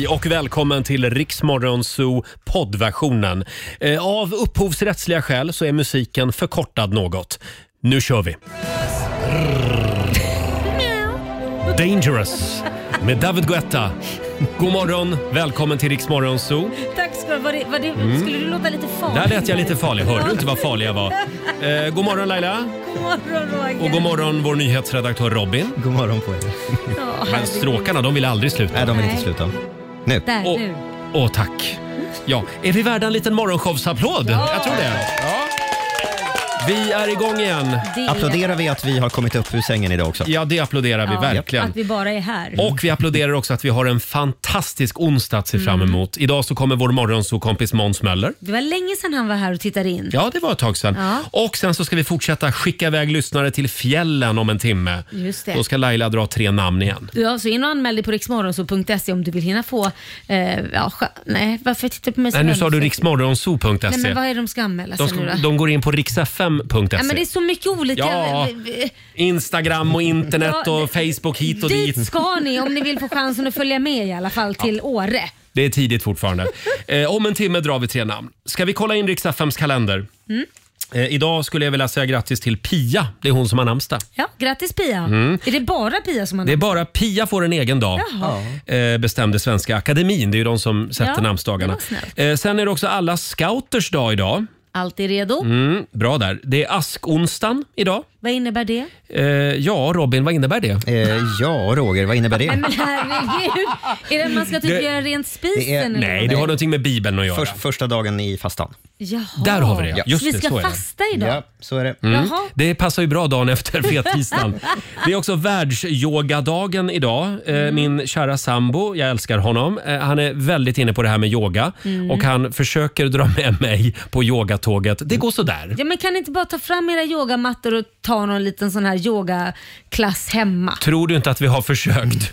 Hej och välkommen till Riksmorgon Zoo poddversionen. Av upphovsrättsliga skäl så är musiken förkortad något. Nu kör vi. Dangerous med David Guetta. God morgon, välkommen till Riksmorgon Zoo. Tack ska du. Skulle du låta lite farlig? Där lät jag lite farlig. Hörde du inte vad farlig jag var? God morgon Laila. God morgon Roger. Och god morgon vår nyhetsredaktör Robin. God morgon på er. Men stråkarna, de vill aldrig sluta. Nej, de vill inte sluta. Nu. Nu. Åh, tack. Ja, är vi värda en liten morgonshowsapplåd? Ja. Jag tror det. Ja. Vi är igång igen. Applåderar vi att vi har kommit upp ur sängen idag också? Ja, det applåderar vi verkligen. Att vi bara är här. Och vi applåderar också att vi har en fantastisk onsdag att se fram emot. Idag så kommer vår morgonsåkompis Måns Möller. Det var länge sedan han var här och tittade in. Ja, det var ett tag sedan. Ja. Och sen så ska vi fortsätta skicka iväg lyssnare till fjällen om en timme. Just det. Då ska Laila dra 3 namn igen. Ja, så in och anmäl dig på riksmorgonso.se om du vill hinna få... nej, varför tittar du på mig så? Nej, nu sa du riksmorgonso.se. Nej, men vad är de ska anmäla sig nu då? De går in på riksfm.se. Ja, men det är så mycket olika... Ja, Instagram och internet och Facebook hit och dit. Dit ska ni om ni vill få chansen att följa med i alla fall till Åre. Det är tidigt fortfarande. Om en timme drar vi 3 namn. Ska vi kolla in Riks-FMs kalender? Idag skulle jag vilja säga grattis till Pia. Det är hon som har namnsdag. Ja, grattis Pia. Är det bara Pia som har namnsdag? Det är bara Pia får en egen dag. Bestämde Svenska Akademin. Det är ju de som sätter namnsdagarna. Sen är det också alla scouters dag idag. Alltid redo. Bra där. Det är askonsdagen idag. Vad innebär det? Ja, Robin, vad innebär det? Ja, Roger, vad innebär det? Men herregud, är det att man ska typ göra rent spisen? Nej, det har någonting med Bibeln att göra. Första dagen i fastan. Jaha. Där har vi det. Ja. Just vi det, ska så är det. fasta idag? Ja, så är det. Jaha. Det passar ju bra dagen efter fettisdagen. Det är också världsyogadagen idag. Min kära sambo, jag älskar honom. Han är väldigt inne på det här med yoga. Och han försöker dra med mig på yogatåget. Det går så där. Ja, men kan ni inte bara ta fram era yogamattor och ta någon liten sån här yogaklass hemma? Tror du inte att vi har försökt?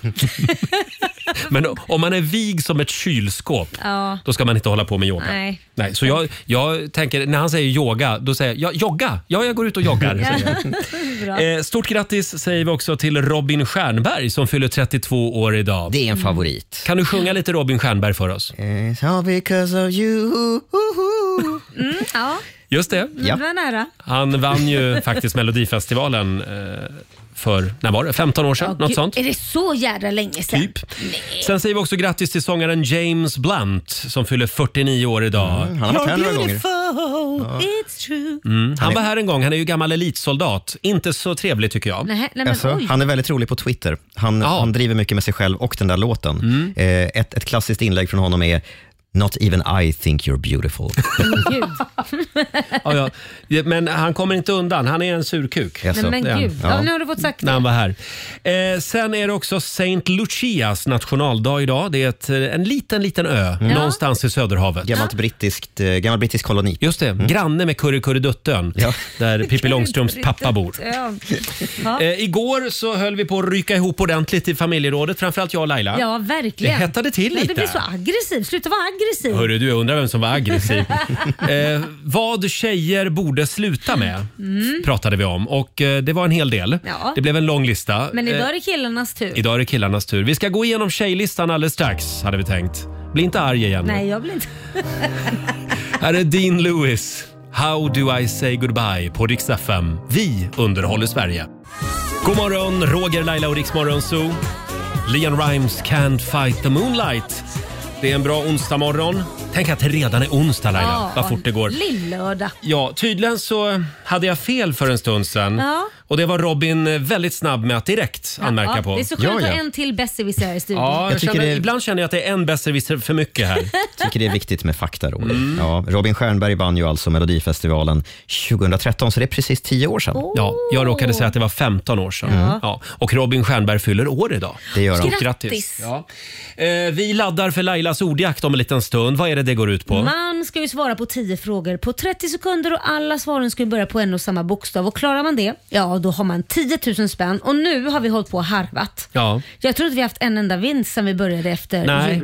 Men om man är vig som ett kylskåp, då ska man inte hålla på med yoga. Nej, så jag tänker, när han säger yoga, då säger jag jogga. Ja, jag går ut och joggar. Säger stort grattis säger vi också till Robin Stjernberg som fyller 32 år idag. Det är en favorit. Kan du sjunga lite Robin Stjernberg för oss? It's all because of you. Ja, Just det. det var nära. Han vann ju faktiskt Melodifestivalen för, när var det? 15 år sedan? Något sånt? Är det så jävla länge sedan? Typ. Sen säger vi också grattis till sångaren James Blunt som fyller 49 år idag. Han har varit här några gånger. It's true. Han var här en gång, han är ju gammal elitsoldat. Inte så trevlig tycker jag. Nej, men Alltså, han är väldigt rolig på Twitter. Han driver mycket med sig själv och den där låten. Ett klassiskt inlägg från honom är Not even I think you're beautiful. Ja. Men han kommer inte undan, han är en surkuk. Alltså, men gud, nu har du fått sagt När han det. var här. Sen är det också Saint Lucias nationaldag idag. Det är en liten ö någonstans i Söderhavet. gammal brittisk koloni. Just det, granne med Kurrekurreduttön där Pippi Långstrumps pappa bor. Igår så höll vi på att ryka ihop ordentligt i familjerådet, framförallt jag och Laila. Ja, verkligen. Det hettade till lite. Du blir så aggressiv. Sluta vara aggressiv. Hörru du, jag undrar vem som var aggressiv. Vad tjejer borde sluta med pratade vi om och det var en hel del. Ja. Det blev en lång lista. Men idag är det killarnas tur. Idag är det killarnas tur. Vi ska gå igenom tjejlistan alldeles strax, hade vi tänkt. Bli inte arg igen. Nej, jag blir inte. Här är Dean Lewis. How do I say goodbye på Rix FM. Vi underhåller Sverige. God morgon, Roger, Laila och Rix Morgon Zoo. Leon Rimes Can't Fight the Moonlight. Det är en bra onsdag morgon. Tänk att det redan är onsdag, Laila. Vad fort det går. Lillördag. Ja, tydligen så hade jag fel för en stund sedan. Ja. Och det var Robin väldigt snabb med att direkt anmärka på. Det är så skönt att ha en till besserwisser här i studion. Ja, ibland känner jag att det är en besserwisser för mycket här. Jag tycker det är viktigt med fakta, Roger. Ja, Robin Stjernberg vann ju alltså Melodifestivalen 2013, så det är precis 10 år sedan. Ja, jag råkade säga att det var 15 år sedan. Ja. Och Robin Stjernberg fyller år idag. Det gör han. Stort grattis. Ja. Vi laddar för Lailas ordjakt om en liten stund. Vad är det går ut på? Man ska ju svara på 10 frågor på 30 sekunder och alla svaren ska börja på en och samma bokstav. Och klarar man det, ja då har man 10 000 spänn. Och nu har vi hållit på och harvat. Ja. Jag tror inte vi har haft en enda vinst sedan vi började efter jul.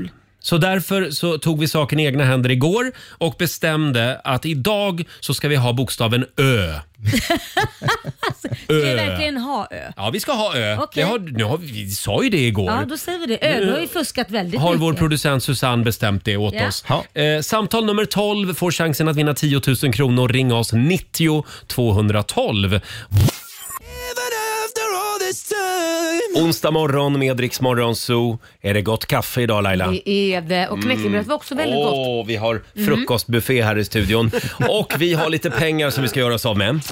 Så därför så tog vi saken i egna händer igår och bestämde att idag så ska vi ha bokstaven Ö. Ska vi verkligen ha Ö? Ja, vi ska ha Ö. Okay. Vi sa ju det igår. Ja, då säger vi det. Ö, du har ju fuskat väldigt har mycket. Vår producent Susanne bestämt det åt oss. Samtal nummer 12 får chansen att vinna 10 000 kronor. Ring oss 90 212. Onsdag morgon med Rix Morgon Zoo. Är det gott kaffe idag, Laila? Det är det. Och knäckebröd var också väldigt gott. Vi har frukostbuffé här i studion. Och vi har lite pengar som vi ska göra oss av med.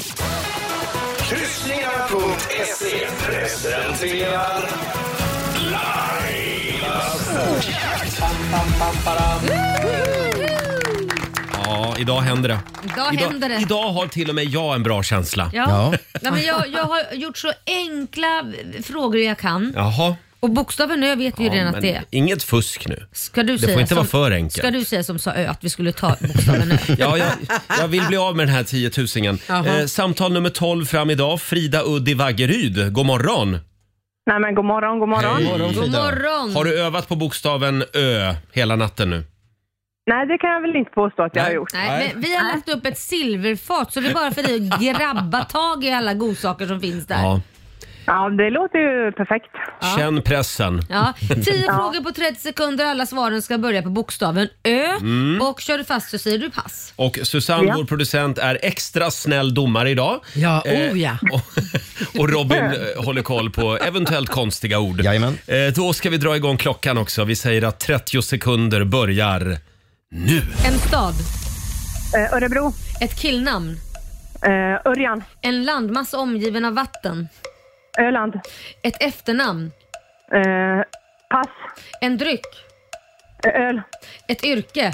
Kryssningar.se presenterar Lailas ordjakt. Ja, idag händer det. Idag har till och med jag en bra känsla. Ja. Men jag har gjort så enkla frågor jag kan. Jaha. Och bokstaven Ö vet vi ju redan att det är. Inget fusk nu. Det får inte vara för enkelt. Ska du säga som sa Ö att vi skulle ta bokstaven Ö? Ja, jag vill bli av med den här 10 000. Samtal nummer 12 fram idag. Frida Udd i Vaggeryd. God morgon. Nej, men god morgon. God morgon. Har du övat på bokstaven Ö hela natten nu? Nej, det kan jag väl inte påstå att jag har gjort. Nej, men vi har lagt upp ett silverfat så det är bara för dig att grabba tag i alla godsaker som finns där. Ja, det låter ju perfekt. Känn pressen. 10 frågor på 30 sekunder. Alla svaren ska börja på bokstaven Ö. Och kör du fast så säger du pass. Och Susanne, vår producent, är extra snäll domare idag. Ja, och Robin håller koll på eventuellt konstiga ord. Jajamän. Då ska vi dra igång klockan också. Vi säger att 30 sekunder börjar nu. En stad. Örebro. Ett killnamn. Örjan. En landmassa omgiven av vatten. Öland. Ett efternamn. Pass. En dryck. Öl. Ett yrke.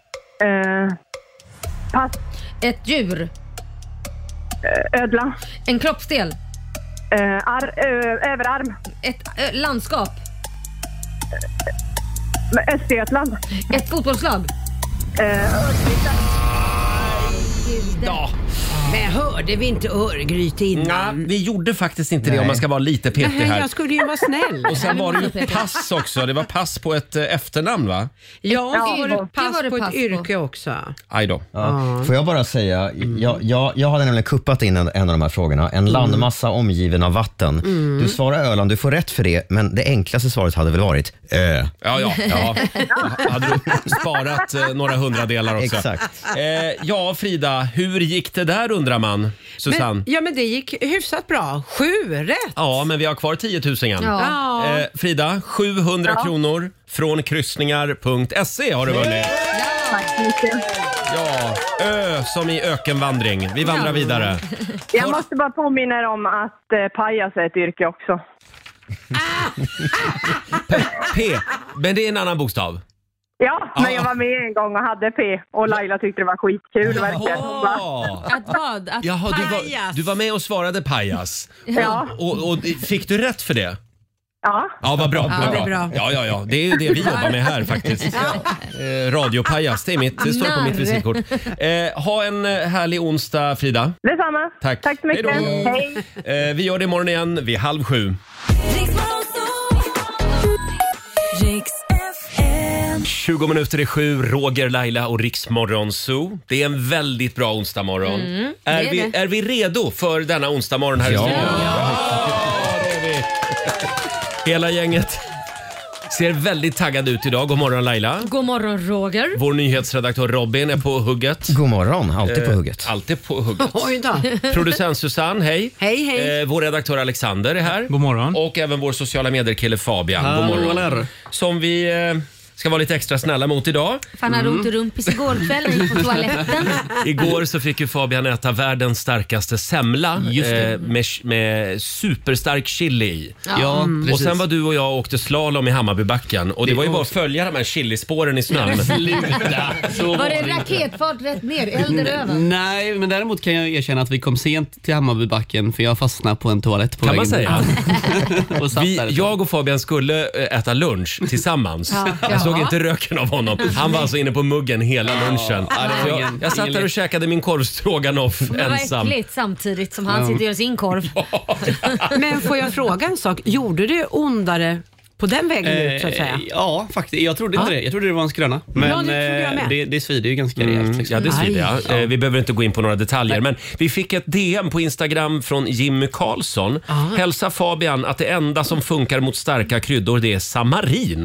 Pass. Ett djur. Ödla. En kroppsdel. Överarm. Ett landskap. Östergötland. Ett fotbollslag. Ja. Men hörde vi inte Örgryte innan? Vi gjorde faktiskt inte det om man ska vara lite petig här. Jag skulle ju vara snäll. Och sen var det ju pass också. Det var pass på ett efternamn, va? Ja, var det pass på ett yrke också. Aj då. Ja. Får jag bara säga, jag hade nämligen kuppat in en av de här frågorna. En landmassa omgiven av vatten. Du svarar Öland, du får rätt för det, men det enklaste svaret hade väl varit Ö. Ja. Hade du sparat några hundradelar också. Exakt. Ja, Frida, hur gick det där undrar man? Susanne? Men det gick hyfsat bra. 7 rätt. Ja, men vi har kvar 10 000 igen. Ja. Frida, 700 kronor från kryssningar.se har du vunnit. Tack så mycket. Ja, Ö som i ökenvandring. Vi vandrar vidare. Jag måste bara påminna er om att pajas är ett yrke också. P. Men det är en annan bokstav. Ja, men jag var med en gång och hade P och Laila tyckte det var skitkul verkligen. Att vad? Att Jaha, du var med och svarade pajas. Ja. Och fick du rätt för det? Ja, vad bra. Ja, det är bra. Ja, det är ju det vi jobbar med här faktiskt. Radiopajas, det står på mitt visitkort. Ha en härlig onsdag, Frida. Detsamma. Tack så mycket. Hej. Vi gör det imorgon igen vid 6:30. 20 minuter i 7, Roger, Laila och Rix Morgon Zoo. Det är en väldigt bra onsdag morgon. Är vi redo för denna onsdag morgon här i studion? Ja, det är vi. Hela gänget ser väldigt taggad ut idag. God morgon Laila. God morgon Roger. Vår nyhetsredaktör Robin är på hugget. God morgon, alltid på hugget. Alltid på hugget. Oj då. Producent Susanne, hej. Hej. Vår redaktör Alexander är här. God morgon. Och även vår sociala medier-kille Fabian. God morgon. Som vi ska vara lite extra snälla mot idag. Han hade ont i rumpis igår kväll när gick på toaletten. Igår så fick ju Fabian äta världens starkaste semla med superstark chili i. Ja, och sen var du och jag åkte slalom i Hammarbybacken. Och det var ju bara att följa de här chilispåren i snön. Var det raketfart rätt ner? Elden över? Nej, men däremot kan jag erkänna att vi kom sent till Hammarbybacken för jag fastnade på en toalett på kan vägen. Man säga? Och jag och Fabian skulle äta lunch tillsammans. Jag såg inte röken av honom. Han var alltså inne på muggen hela lunchen. Jag satt där och käkade min korvstroganoff ensam. Det var äckligt samtidigt som han sitter och gör sin korv. Men får jag fråga en sak? Gjorde det ondare på den vägen ut så att säga? Ja, faktiskt. Jag trodde inte det. Jag trodde det var en skröna. Men det svider ju ganska rejält. Liksom. Ja, det svider. Ja. Vi behöver inte gå in på några detaljer. Men vi fick ett DM på Instagram från Jimmy Karlsson. Hälsa Fabian att det enda som funkar mot starka kryddor, det är samarin.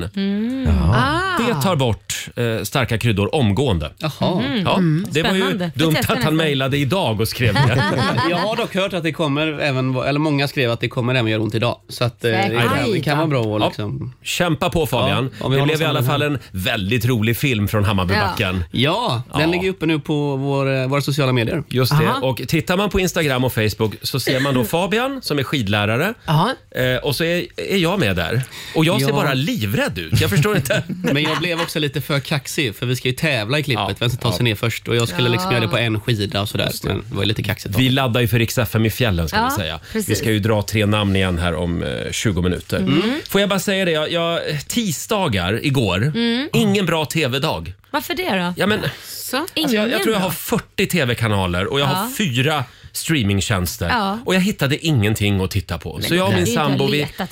Det tar bort starka kryddor omgående. Ja, det var ju dumt att han mejlade idag och skrev det. Jag har dock hört att det kommer eller många skrev att det kommer även göra ont idag. Så att det kan vara bra att liksom... Kämpa på Fabian. Det blev i alla fall en väldigt rolig film från Hammarbybacken. Ja, den ligger uppe nu på våra sociala medier. Just det. Och tittar man på Instagram och Facebook så ser man då Fabian som är skidlärare. Och så är jag med där. Och jag ser bara livrädd ut. Jag förstår inte. Men jag blev också lite för kaxig, för vi ska ju tävla i klippet. Vem ska ta sig ner först? Och jag skulle liksom göra det på en skida och sådär. Men det var lite kaxigt. Vi laddar ju för Rix FM i fjällen ska vi säga. Precis. Vi ska ju dra 3 namn igen här om 20 minuter. Får jag bara säga det, jag tisdagar igår, ingen bra tv-dag. Varför det då? Ja, men, alltså, jag tror jag har 40 tv-kanaler och jag har 4 streamingtjänster och jag hittade ingenting att titta på. Så jag och min sambo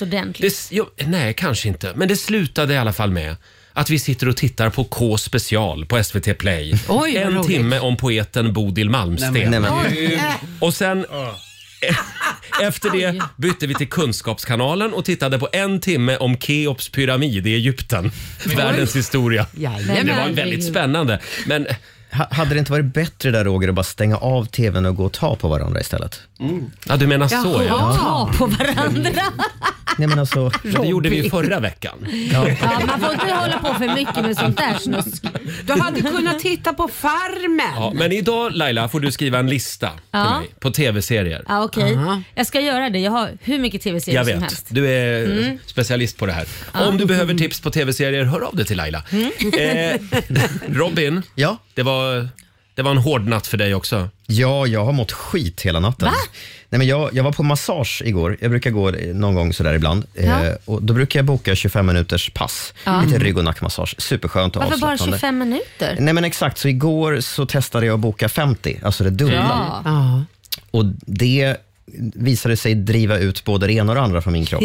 nej, kanske inte. Men det slutade i alla fall med att vi sitter och tittar på K-special på SVT Play. En timme om poeten Bodil Malmsten. Och sen efter det bytte vi till Kunskapskanalen och tittade på en timme om Keops pyramid i Egypten. Världens historia. Det var väldigt spännande. Men hade det inte varit bättre där, Roger, att bara stänga av tvn och gå och ta på varandra istället? Ja, du menar så, ta på varandra. Nej, men alltså, det gjorde vi ju förra veckan. Man får inte hålla på för mycket med sånt där snusk. Du hade kunnat titta på Farmen. Ja, men idag, Laila, får du skriva en lista till mig på tv-serier. Ja, okej. Jag ska göra det. Jag har hur mycket tv-serier som helst. Du är specialist på det här. Om du behöver tips på tv-serier, hör av dig till Laila. Robin, det var en hård natt för dig också. Ja, jag har mått skit hela natten. Va? Nej, men jag var på massage igår. Jag brukar gå någon gång sådär ibland. Och då brukar jag boka 25 minuters pass. Lite rygg- och nackmassage. Superskönt och avslappnande. Varför bara 25 minuter? Nej, men exakt. Så igår så testade jag att boka 50. Alltså det dubbla. Och det visade sig driva ut både det ena och det andra från min kropp.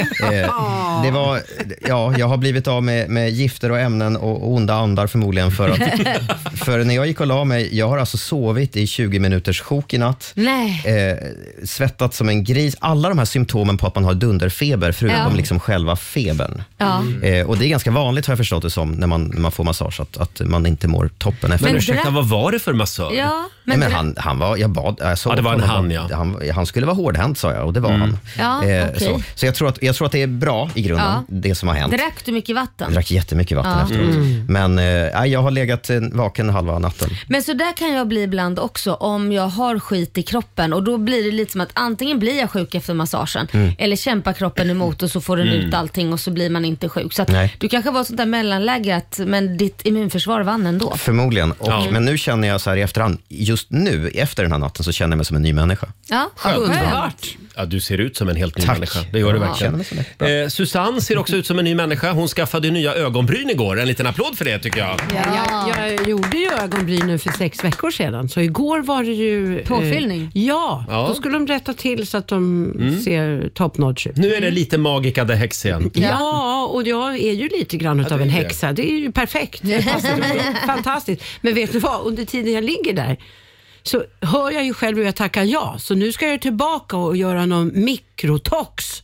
Det var, jag har blivit av med gifter och ämnen och onda andar förmodligen för när jag gick och la mig, jag har alltså sovit i 20 minuters sjok i natt. Svettat som en gris. Alla de här symptomen på att man har dunderfeber förutom liksom själva febern. Och det är ganska vanligt, har jag förstått det som, när man får massage, att man inte mår toppen efter. Men ursäkta, vad var det för massage? Men han var, jag bad, det var en han, han skulle vara hårdhänt, sa jag, och det var han. Så jag tror att det är bra i grunden, det som har hänt. Drack du mycket vatten? Jag drack jättemycket vatten efteråt. Men jag har legat vaken halva natten. Men så där kan jag bli ibland också om jag har skit i kroppen, och då blir det lite som att antingen blir jag sjuk efter massagen eller kämpar kroppen emot och så får den ut allting och så blir man inte sjuk. Så att du kanske var sånt där mellanläge men ditt immunförsvar vann ändå. Förmodligen. Men nu känner jag så här i efterhand, just nu efter den här natten så känner jag mig som en ny människa. Underbart. Ja, du ser ut som en helt ny människa. Det gör du verkligen. Susanne ser också ut som en ny människa. Hon skaffade nya ögonbryn igår. En liten applåd för det, tycker jag. Jag gjorde ju ögonbrynen för 6 veckor sedan. Så igår var det ju... Påfyllning? Då skulle de rätta till så att de ser top notch ut. Nu är det lite Magica the Hex igen. Ja, och jag är ju lite grann av en häxa. Det är ju perfekt. Fantastiskt. Men vet du vad? Under tiden jag ligger där så hör jag ju själv hur jag tackar ja. Så nu ska jag tillbaka och göra någon mikrotox.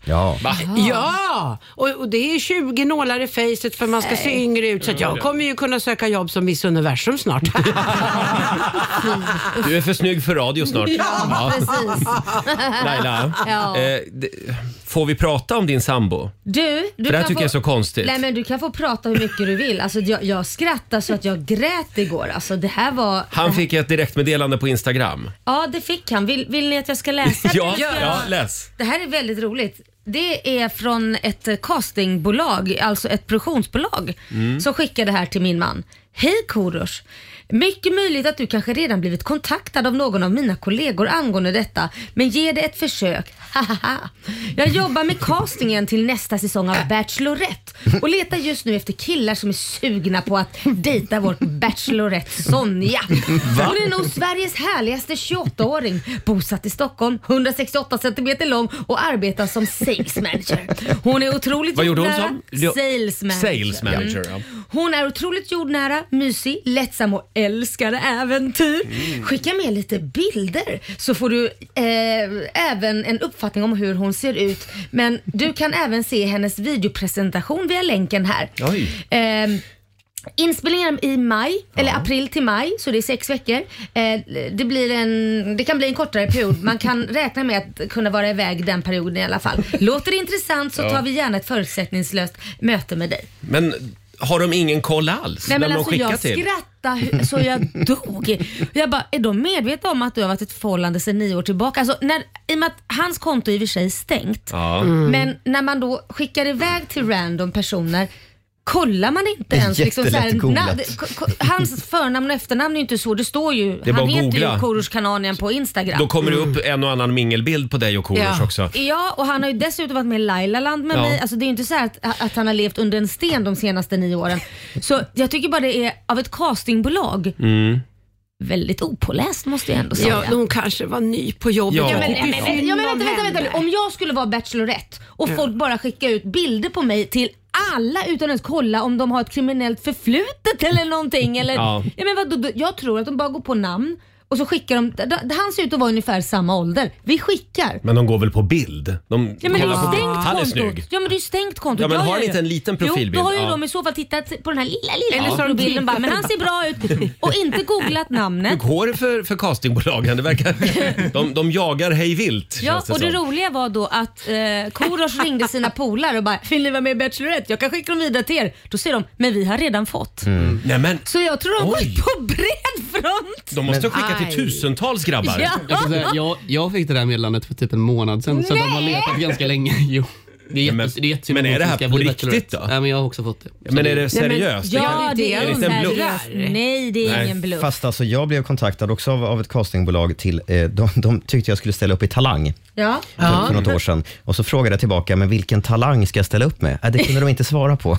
Ja, och det är 20 nålar i facet för man ska se yngre ut. Så att jag kommer ju kunna söka jobb som Miss Universum snart. Du är för snygg för radio snart. Ja, precis. Laila, får vi prata om din sambo? Du för det här tycker jag är så konstigt. Nej, men du kan få prata hur mycket du vill. Alltså, jag skrattar så att jag grät igår. Alltså, det här var... Han fick ett direktmeddelande på Instagram. Ja, det fick han. Vill ni att jag ska läsa det? Ja, läs. Det här är väldigt roligt. Det är från ett castingbolag, alltså ett produktionsbolag, som skickade det här till min man. Hej Korosh. Mycket möjligt att du kanske redan blivit kontaktad av någon av mina kollegor angående detta, men ge det ett försök. Jag jobbar med castingen till nästa säsong av Bachelorette och letar just nu efter killar som är sugna på att dejta vår Bachelorette Sonja. Hon är nog Sveriges härligaste 28-åring, bosatt i Stockholm, 168 cm lång och arbetar som sales manager. Hon är otroligt Vad gjorde hon jordnära. som? Sales manager. Ja. Hon är otroligt jordnära, mysig, lättsam och älskar äventyr. Skicka med lite bilder så får du även en uppfattning om hur hon ser ut. Men du kan även se hennes videopresentation via länken här. Inspelningen i maj, eller april till maj, så det är 6 veckor. Det kan bli en kortare period. Man kan räkna med att kunna vara iväg den perioden i alla fall. Låter det intressant så tar vi gärna ett förutsättningslöst möte med dig. Men har de ingen koll alls? Nej, men de alltså jag skrattade så jag dog. Jag bara, är de medvetna om att du har varit ett förhållande sedan 9 år tillbaka? Alltså, i och med att hans konto är i och för sig stängt. Men när man då skickar iväg till random personer, kollar man inte ens liksom, så här, hans förnamn och efternamn är ju inte så. Det står ju, det han heter ju Korosh Kananian på Instagram. Då kommer det upp en och annan mingelbild på dig och Korosh också. Ja, och han har ju dessutom varit med i Lailaland med mig. Alltså det är ju inte så här att han har levt under en sten de senaste 9 åren. Så jag tycker bara det är av ett castingbolag väldigt opåläst, måste jag ändå säga. Ja, hon kanske var ny på jobbet. Ja. Vänta. Om jag skulle vara Bachelorette och folk bara skickar ut bilder på mig till alla utan att kolla om de har ett kriminellt förflutet eller någonting. Eller, jag tror att de bara går på namn och så skickar de. Han ser ut att vara ungefär samma ålder. Vi skickar. Men de går väl på bild? Han är snygg. Ja, men det är stängt konto. Ja, men har inte en liten profilbild? Jo, då har ju de i så fall tittat på den här lilla profilbilden bara, men han ser bra ut och inte googlat namnet. Hur går det för castingbolagen? Det verkar, de jagar hej vilt. Ja, och det roliga var då att Korosh ringde sina polare och bara, vill ni vara med i Bachelorette? Jag kan skicka dem vidare till er. Då säger de, men vi har redan fått. Nej, men, så jag tror de går på bred front. De måste skicka till tusentals grabbar. Ja. Jag fick det där meddelandet för typ en månad sedan. Så de har letat ganska länge. Jo. Det är men är det här på riktigt då? Ja, men jag har också fått det. Men är det seriöst? Ja, det är inte en bluff. Nej, det är ingen bluff. Fast alltså, jag blev kontaktad också av ett castingbolag till, de tyckte jag skulle ställa upp i Talang för något år sedan. Och så frågade jag tillbaka, men vilken talang ska jag ställa upp med? Det kunde de inte svara på.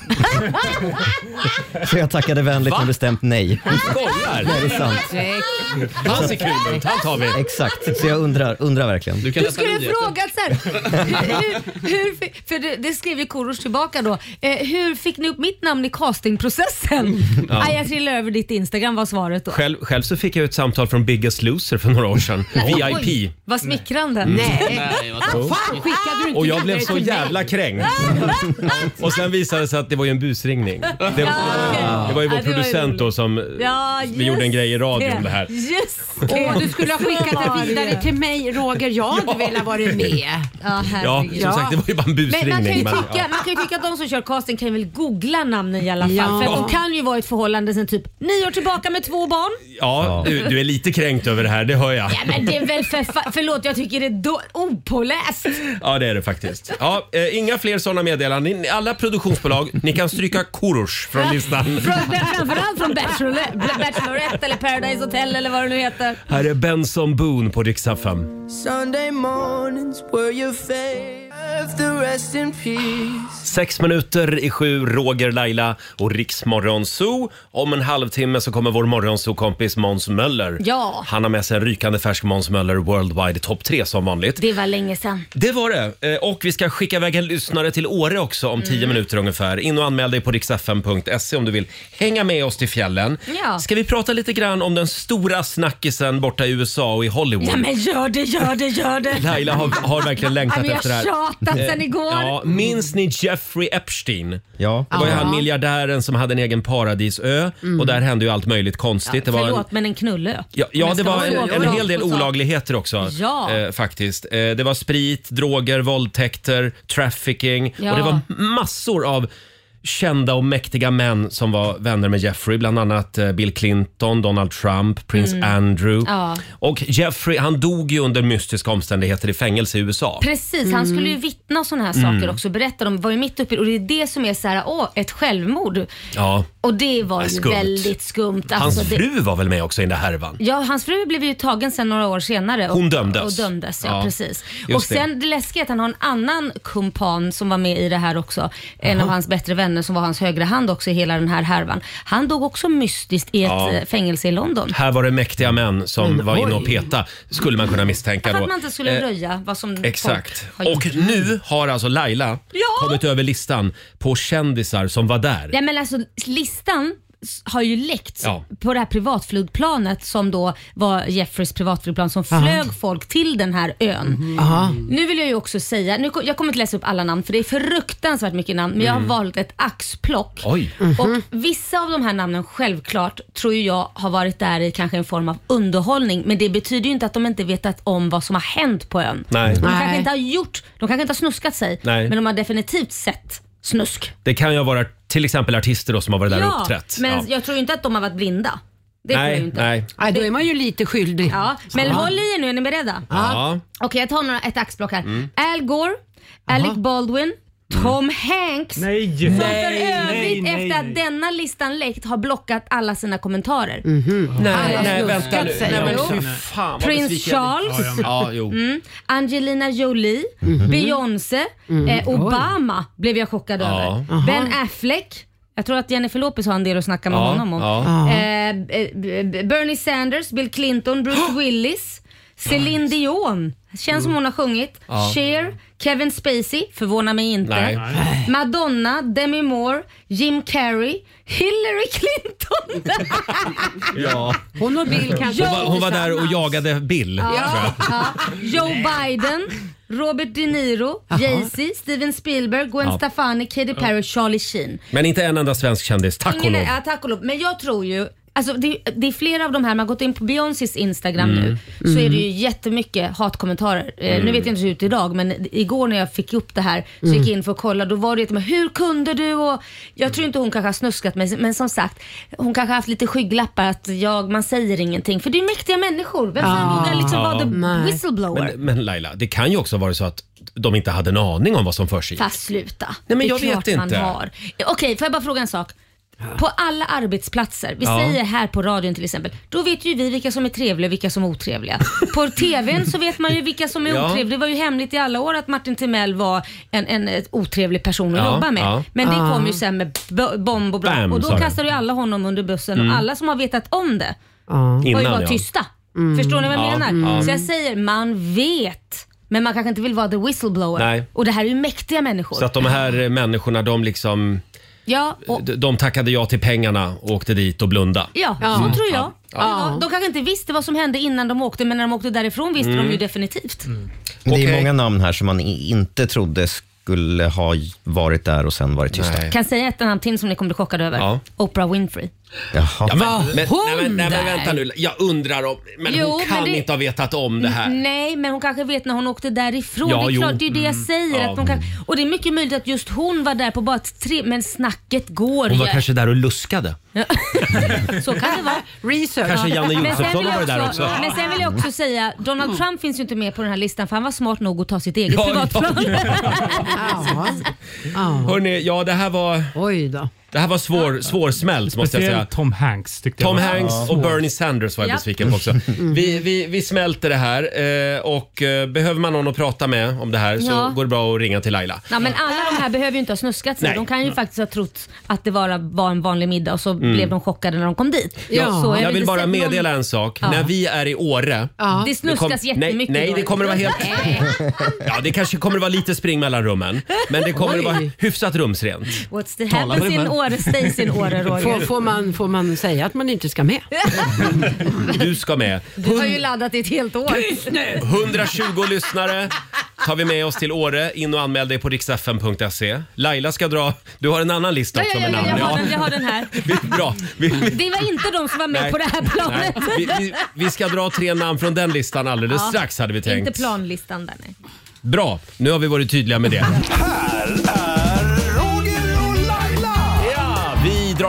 Så jag tackade vänligt men bestämt nej. Du skojar? Nej, det är sant. Han ser kul ut, han tar vi. Exakt, så jag undrar verkligen. Du skulle frågat så här, för det skrev ju Korosh tillbaka då. Hur fick ni upp mitt namn i castingprocessen? Jag trillade över ditt Instagram var svaret då. Själv så fick jag ett samtal från Biggest Loser för några år sedan. VIP. Vad smickrande. Nej, vad fan skickade du inte? Och jag blev så jävla kränkt. Och sen visade det sig att det var ju en busringning. Det var ju vår producent då som vi gjorde en grej i radion det här. Du skulle ha skickat det vidare till mig, Roger. Jag hade velat vara med. Ja, som sagt, det var ju bara en busringning. Men man kan ju tycka att de som kör casting kan väl googla namnen i alla fall. För de kan ju vara ett förhållande sedan typ 9 år tillbaka med 2 barn. Ja, du är lite kränkt över det här, det hör jag. Ja, men det är väl förlåt, jag tycker det är opåläst. Ja, det är det faktiskt. Ja, inga fler sådana meddelanden. Alla produktionsbolag, ni kan stryka Korosh från listan. Framförallt från Bachelorette eller Paradise Hotel eller vad det nu heter. Här är Benson Boone på Rix FM. Sunday mornings were your favorite, the rest in peace. 6:07, Roger, Laila och Rix Morgonzoo. Om en halvtimme så kommer vår Morgonzoo-kompis Måns Möller. Ja. Han har med sig en rykande färsk Måns Möller Worldwide Top 3 som vanligt. Det var länge sedan. Det var det. Och vi ska skicka iväg en lyssnare till Åre också om 10 minuter ungefär. In och anmäl dig på riksfm.se om du vill hänga med oss till fjällen. Ja. Ska vi prata lite grann om den stora snackisen borta i USA och i Hollywood? Ja, men gör det. Laila har verkligen längtat efter det här. Jag har tjatat sen igår. Ja, minns ni Jeffrey Epstein? Ja. Det var ju han miljardären som hade en egen paradisö och där hände ju allt möjligt konstigt. Ja, förlåt, men en knullö. Ja, det var en hel del olagligheter också faktiskt. Det var sprit, droger, våldtäkter, trafficking och det var massor av kända och mäktiga män som var vänner med Jeffrey. Bland annat Bill Clinton, Donald Trump, Prince Andrew. Och Jeffrey, han dog ju under mystiska omständigheter i fängelse i USA. Precis, han skulle ju vittna och såna här saker också. Berätta, de var ju mitt uppe. Och det är det som är så här, ett självmord. Ja. Och det var ju väldigt skumt. Hans fru var väl med också i den där härvan? Ja, hans fru blev ju tagen sen några år senare. Hon dömdes. Och dömdes, ja precis. Och sen det läskiga är att han har en annan kumpan som var med i det här också. En av hans bättre vänner som var hans högra hand också i hela den här härvan. Han dog också mystiskt i ett fängelse i London. Här var det mäktiga män som var inne och peta, skulle man kunna misstänka då. För att man inte skulle röja vad som exakt. Folk har gjort. Och nu har alltså Laila kommit över listan på kändisar som var där. Ja, men alltså listan har ju läckts på det här privatflygplanet som då var Jeffreys privatflygplan som flög folk till den här ön. Nu vill jag ju också säga, jag kommer inte läsa upp alla namn för det är fruktansvärt mycket namn, men jag har valt ett axplock. Och vissa av de här namnen självklart tror jag har varit där i kanske en form av underhållning, men det betyder ju inte att de inte vetat om vad som har hänt på ön. Nej. De kanske inte har snuskat sig, men de har definitivt sett snusk. Det kan ju vara till exempel artister då som har varit där och uppträtt. Men jag tror inte att de har varit blinda. Det tror jag inte. Nej, då är man ju lite skyldig. Ja, men håll i er nu, är ni beredda? Okej, jag tar ett axplock här. Al Gore, Alec Baldwin, Tom Hanks som för övrigt efter att denna listan läckt har blockat alla sina kommentarer. Nej, vänta nu. Prince Charles, Angelina Jolie, Beyoncé, Obama blev jag chockad över. Ben Affleck. Jag tror att Jennifer Lopez har en del att snacka med honom om. Bernie Sanders, Bill Clinton, Bruce Willis, Celine Dion. Känns som hon har sjungit. Cher, Kevin Spacey, förvånar mig inte. Madonna, Demi Moore, Jim Carrey, Hillary Clinton. Hon och Bill kanske. Hon var där och jagade Bill. Joe Biden, Robert De Niro, Jay-Z, Steven Spielberg, Gwen Stefani, Katy Perry, Charlie Sheen. Men inte en enda svensk kändis, tack och lov. Ja, tack och lov. Men jag tror ju alltså det är flera av de här, man har gått in på Beyoncés Instagram nu, så är det ju jättemycket hatkommentarer. Nu vet jag inte hur det ser ut idag, men igår när jag fick upp det här så gick jag in för att kolla, då var det men hur kunde du? Och jag tror inte hon kanske har snuskat mig, men som sagt, hon kanske har haft lite skygglappar att man säger ingenting, för det är mäktiga människor. Vem vågar liksom vara the whistleblower? Men Laila, det kan ju också vara så att de inte hade en aning om vad som försiggick. Fast sluta. Nej, men jag vet inte. Okej, får jag bara fråga en sak? På alla arbetsplatser, vi säger här på radion till exempel, då vet ju vi vilka som är trevliga och vilka som är otrevliga. På tvn så vet man ju vilka som är otrevliga. Det var ju hemligt i alla år att Martin Timell var en otrevlig person att jobba med. Men det kom ju sen med bomb och bra. Och då kastade ju alla honom under bussen och alla som har vetat om det har ju varit tysta. Förstår ni vad jag menar? Så jag säger, man vet, men man kanske inte vill vara the whistleblower. Nej. Och det här är ju mäktiga människor. Så att de här människorna, de liksom... de tackade ja till pengarna och åkte dit och blunda. Så tror jag. De kanske inte visste vad som hände innan de åkte, men när de åkte därifrån visste de ju definitivt. Det är många namn här som man inte trodde skulle ha varit där och sen varit tysta. Kan säga ett namn till som ni kommer bli chockade över. Oprah Winfrey. Men vänta nu, jag undrar om hon kan inte ha vetat om det här. Nej, men hon kanske vet när hon åkte därifrån. Det är klart, det är det jag säger att hon kan, och det är mycket möjligt att just hon var där på bara men snacket går. Hon var kanske där och luskade. Så kan det vara. Research. Kanske Janne Josefsson var där också. Men sen vill jag också säga, Donald Trump finns ju inte med på den här listan, för han var smart nog att ta sitt eget privatplan. Hörrni, det här var... Oj då. Det här var svårsmält, måste jag säga. Tom Hanks tyckte Tom Hanks och Bernie Sanders var jag besviken på också. Vi smälter det här och behöver man någon att prata med om det här så går det bra att ringa till Laila. Ja, men alla de här behöver ju inte ha snuskat sig. De kan ju faktiskt ha trott att det var en vanlig middag och så blev de chockade när de kom dit. Så jag vill bara meddela en sak. När vi är i Åre... Det snuskas jättemycket. Nej, det kommer att vara helt... det kanske kommer att vara lite spring mellan rummen. Men det kommer att vara hyfsat rumsrent. What's the happens in Åre stays in Åre, Roger. Får man säga att man inte ska med? Du ska med. Du har ju laddat i ett helt år. 120 lyssnare tar vi med oss till Åre. In och anmäl dig på riksfm.se. Laila ska dra... Du har en annan lista också med namn. Jag har den här. Bra. Det var inte de som var med på det här planet. Vi ska dra 3 namn från den listan alldeles strax, hade vi tänkt. Inte planlistan där, nej. Bra, nu har vi varit tydliga med det. Här är Roger och Laila.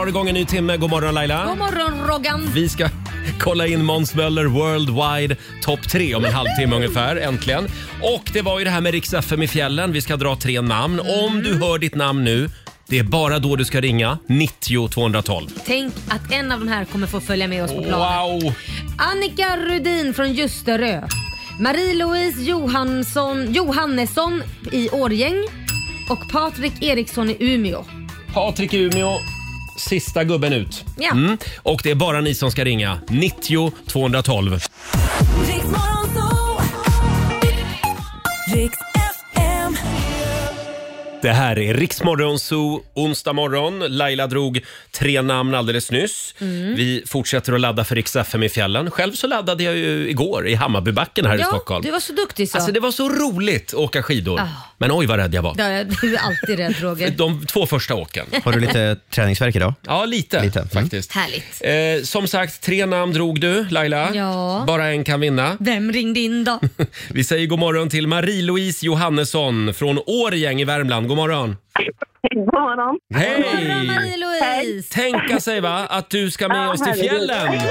igång en ny timme. God morgon Laila. God morgon Roggan. Vi ska kolla in Måns Möller Worldwide Top 3 om en halvtimme ungefär, äntligen. Och det var ju det här med Rix FM i fjällen. Vi ska dra 3 namn. Om du hör ditt namn nu, det är bara då du ska ringa 90 212. Tänk att en av de här kommer få följa med oss på planen. Wow! Annika Rudin från Ljusterö. Marie-Louise Johannesson i Årgäng. Och Patrik Eriksson i Umeå. Patrik i Umeå, sista gubben ut. Ja. Och det är bara ni som ska ringa 90 212. Det här är Riksmorgon Zoo, onsdag morgon. Laila drog 3 namn alldeles nyss. Vi fortsätter att ladda för Rix FM i fjällen. Själv så laddade jag ju igår i Hammarbybacken här i Stockholm. Du var så duktig så. Alltså det var så roligt att åka skidor. Men oj vad rädd jag var. Du är alltid rädd Roger. De 2 första åken. Har du lite träningsvärk idag? Ja, lite faktiskt. Härligt. Som sagt, 3 namn drog du, Laila. Ja. Bara en kan vinna. Vem ringde in då? Vi säger god morgon till Marie-Louise Johannesson från Årgäng i Värmland. God morgon. God morgon. Hej! God morgon Marie-Louise. Tänka sig va, att du ska med oss till fjällen.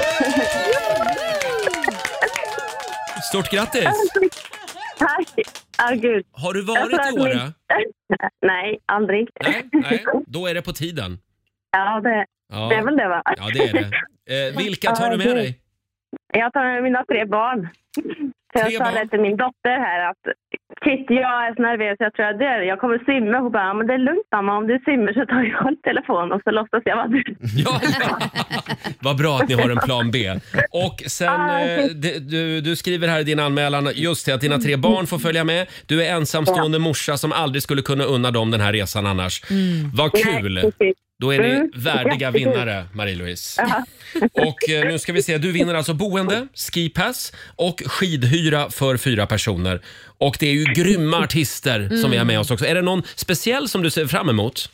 Stort grattis. Tack. Gud. Har du varit i Åre? Nej, aldrig. Nej, då är det på tiden. Ja, det är väl det va? Ja, det är det. Vilka tar du med dig? Jag tar med mina 3 barn. Så jag sa det till min dotter här att Kit, jag är så nervös, jag tror jag dör. Jag kommer simma. Hon bara, men det är lugnt mamma, om du simmar så tar jag själv telefon och så låtsas jag vara du. Ja, vad bra att ni har en plan B. Och sen, du skriver här i din anmälan just det, att dina 3 barn får följa med. Du är ensamstående morsa som aldrig skulle kunna unna dem den här resan annars. Vad kul! Då är ni värdiga vinnare, Marie-Louise. Och nu ska vi se, du vinner alltså boende, skipass och skidhyra för 4 personer. Och det är ju grymma artister som vi har med oss också. Är det någon speciell som du ser fram emot?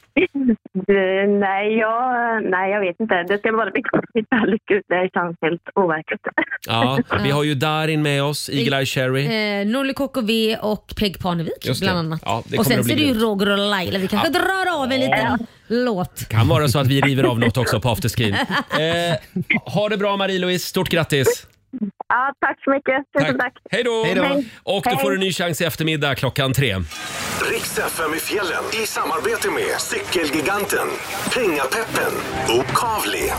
Nej, jag vet inte. Det ska bara bli konstigt. Det känns helt overkligt. Ja, vi har ju Darin med oss, Eagle Eye Cherry. Norli KKV och Peg Parnevik bland annat. Ja, och sen så är det ju Roger och Laila. Vi kanske drar av en liten låt. Kan vara så att vi river av något också på afterskin. Ha det bra Marie-Louise, stort grattis. Ja, tack så mycket. Tack. Hej då. Och du får en ny chans i eftermiddag 3:00. Rix FM i fjällen i samarbete med Cykelgiganten, Pengapeppen och Kavli.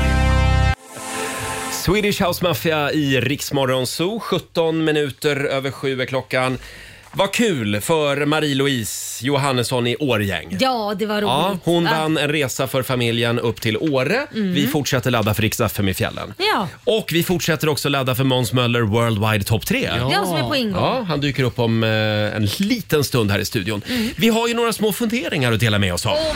Swedish House Mafia i Riksmorgon Zoo. 17 minuter över 7 är klockan. Vad kul för Marie-Louise Johannesson i Årgäng. Ja, det var roligt. Ja, hon vann en resa för familjen upp till Åre. Vi fortsätter ladda för Rix FM i fjällen. Ja. Och vi fortsätter också ladda för Måns Möller Worldwide Top 3. Ja, som är på ingång. Ja, han dyker upp om en liten stund här i studion. Vi har ju några små funderingar att dela med oss av.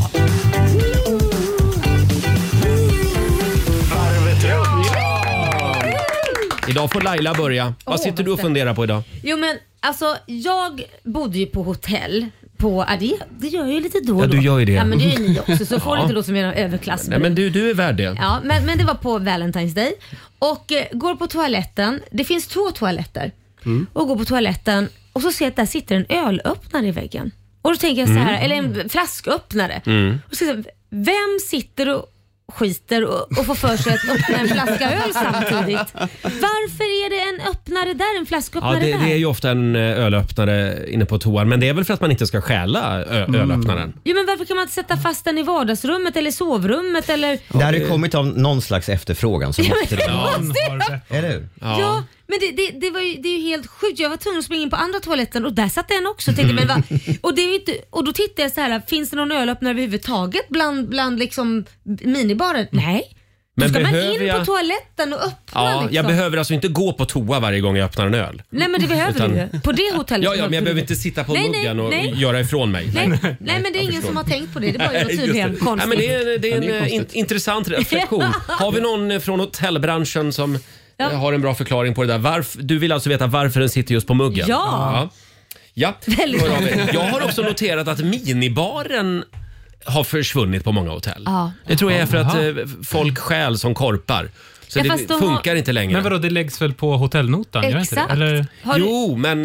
Idag får Laila börja. Vad sitter du och funderar på idag? Jo men alltså, jag bodde ju på hotell på, det gör jag ju lite då och då. Ja, du gör ju det. Ja, men det gör ju ni också, så får det inte låta som en överklass. Nej, men du är värd det. Ja, men det var på Valentine's Day. Och går på toaletten, det finns 2 toaletter. Och går på toaletten och så ser jag att där sitter en ölöppnare i väggen. Och då tänker jag så här, eller en flasköppnare. Och så vem sitter och skiter och får för sig att öppna en flaska öl samtidigt? Varför är det en öppnare där, en flasköppnare där? Det är ju ofta en ölöppnare inne på toan, men det är väl för att man inte ska stjäla ölöppnaren. Jo, men varför kan man inte sätta fast den i vardagsrummet eller sovrummet eller? Det hade kommit av någon slags efterfrågan så måste det Eller hur? Ja. Men det är ju helt sjukt. Jag var tvungen att springa in på andra toaletten och där satt en också. Tänkte, men och, det är ju inte, och då tittade jag så här, finns det någon ölöppnare överhuvudtaget bland liksom minibaren? Nej. Då ska man in på toaletten och öppna liksom. Jag behöver alltså inte gå på toa varje gång jag öppnar en öl. Nej, men det behöver du ju. På det hotellet. Ja, men jag behöver inte sitta på muggen och göra ifrån mig. Nej, men det är ingen som har tänkt på det. Det var ju tydligen konstigt. Nej, men det är en intressant reflektion. Har vi någon från hotellbranschen som har en bra förklaring på det där? Du vill alltså veta varför den sitter just på muggen? Ja. Jag har också noterat att minibaren har försvunnit på många hotell. Det tror jag är för att folk stjäl som korpar. Så det funkar inte längre. Men vadå, det läggs väl på hotellnotan? Exakt. Eller? Jo, men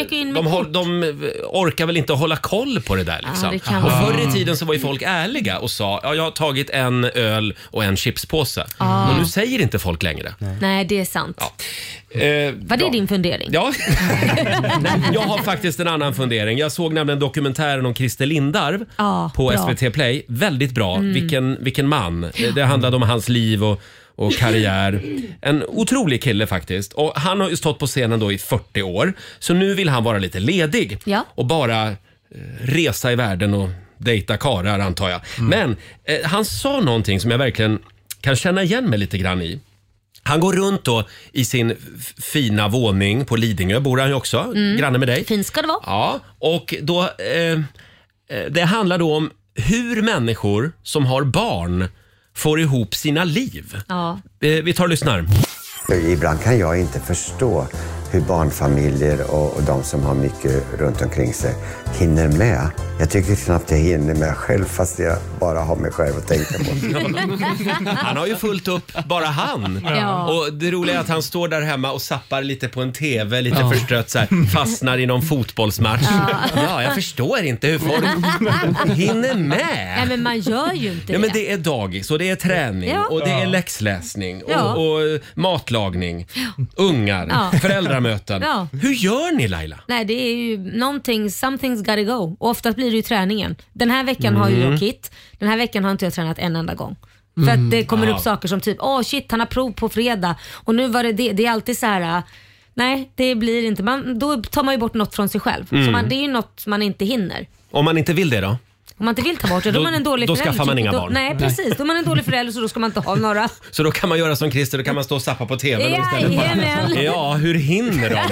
de orkar väl inte hålla koll på det där liksom. Och förr i tiden så var ju folk ärliga och sa jag har tagit en öl och en chipspåse. Och nu säger inte folk längre. Nej, det är sant. Vad är din fundering? Ja, jag har faktiskt en annan fundering. Jag såg nämligen dokumentären om Christer Lindarw på SVT Play. Väldigt bra. Vilken man. Det handlade om hans liv och karriär. En otrolig kille faktiskt. Och han har ju stått på scenen då i 40 år. Så nu vill han vara lite ledig. Och bara resa i världen och dejta karar, antar jag. Men han sa någonting som jag verkligen kan känna igen mig lite grann i. Han går runt då i sin fina våning på Lidingö. Bor han ju också, granne med dig. Fint ska det vara. Ja, och då det handlar då om hur människor som har barn får ihop sina liv. Vi tar och lyssnar. Ibland kan jag inte förstå hur barnfamiljer och de som har mycket runt omkring sig hinner med. Jag tycker knappt jag hinner med själv fast jag bara har mig själv att tänka på. Han har ju fullt upp, bara han. Och det roliga är att han står där hemma och zappar lite på en tv, lite förstrött så här, fastnar i någon fotbollsmatch. Jag förstår inte hur folk hinner med. Nej, men man gör ju inte det. Men det är dagis och det är träning och det är läxläsning och matlagning, ungar, föräldramöten. Hur gör ni, Laila? Nej, det är ju någonting, something's gotta go. Och ofta blir det ju träningen. Den här veckan har ju jag Kit. Den här veckan har inte jag tränat en enda gång. För att det kommer upp saker som typ, shit, han har prov på fredag. Och nu var det är alltid så här. Nej, det blir inte. Då tar man ju bort något från sig själv. Så det är ju något man inte hinner. Om man inte vill det då? Om man inte vill ta bort det, då är man en dålig förälder. Då skaffar man inga barn. Nej, precis. Då är man en dålig förälder, så då ska man inte ha några. Så då kan man göra som Christer, då kan man stå och zappa på tv istället. Ja, hur hinner de?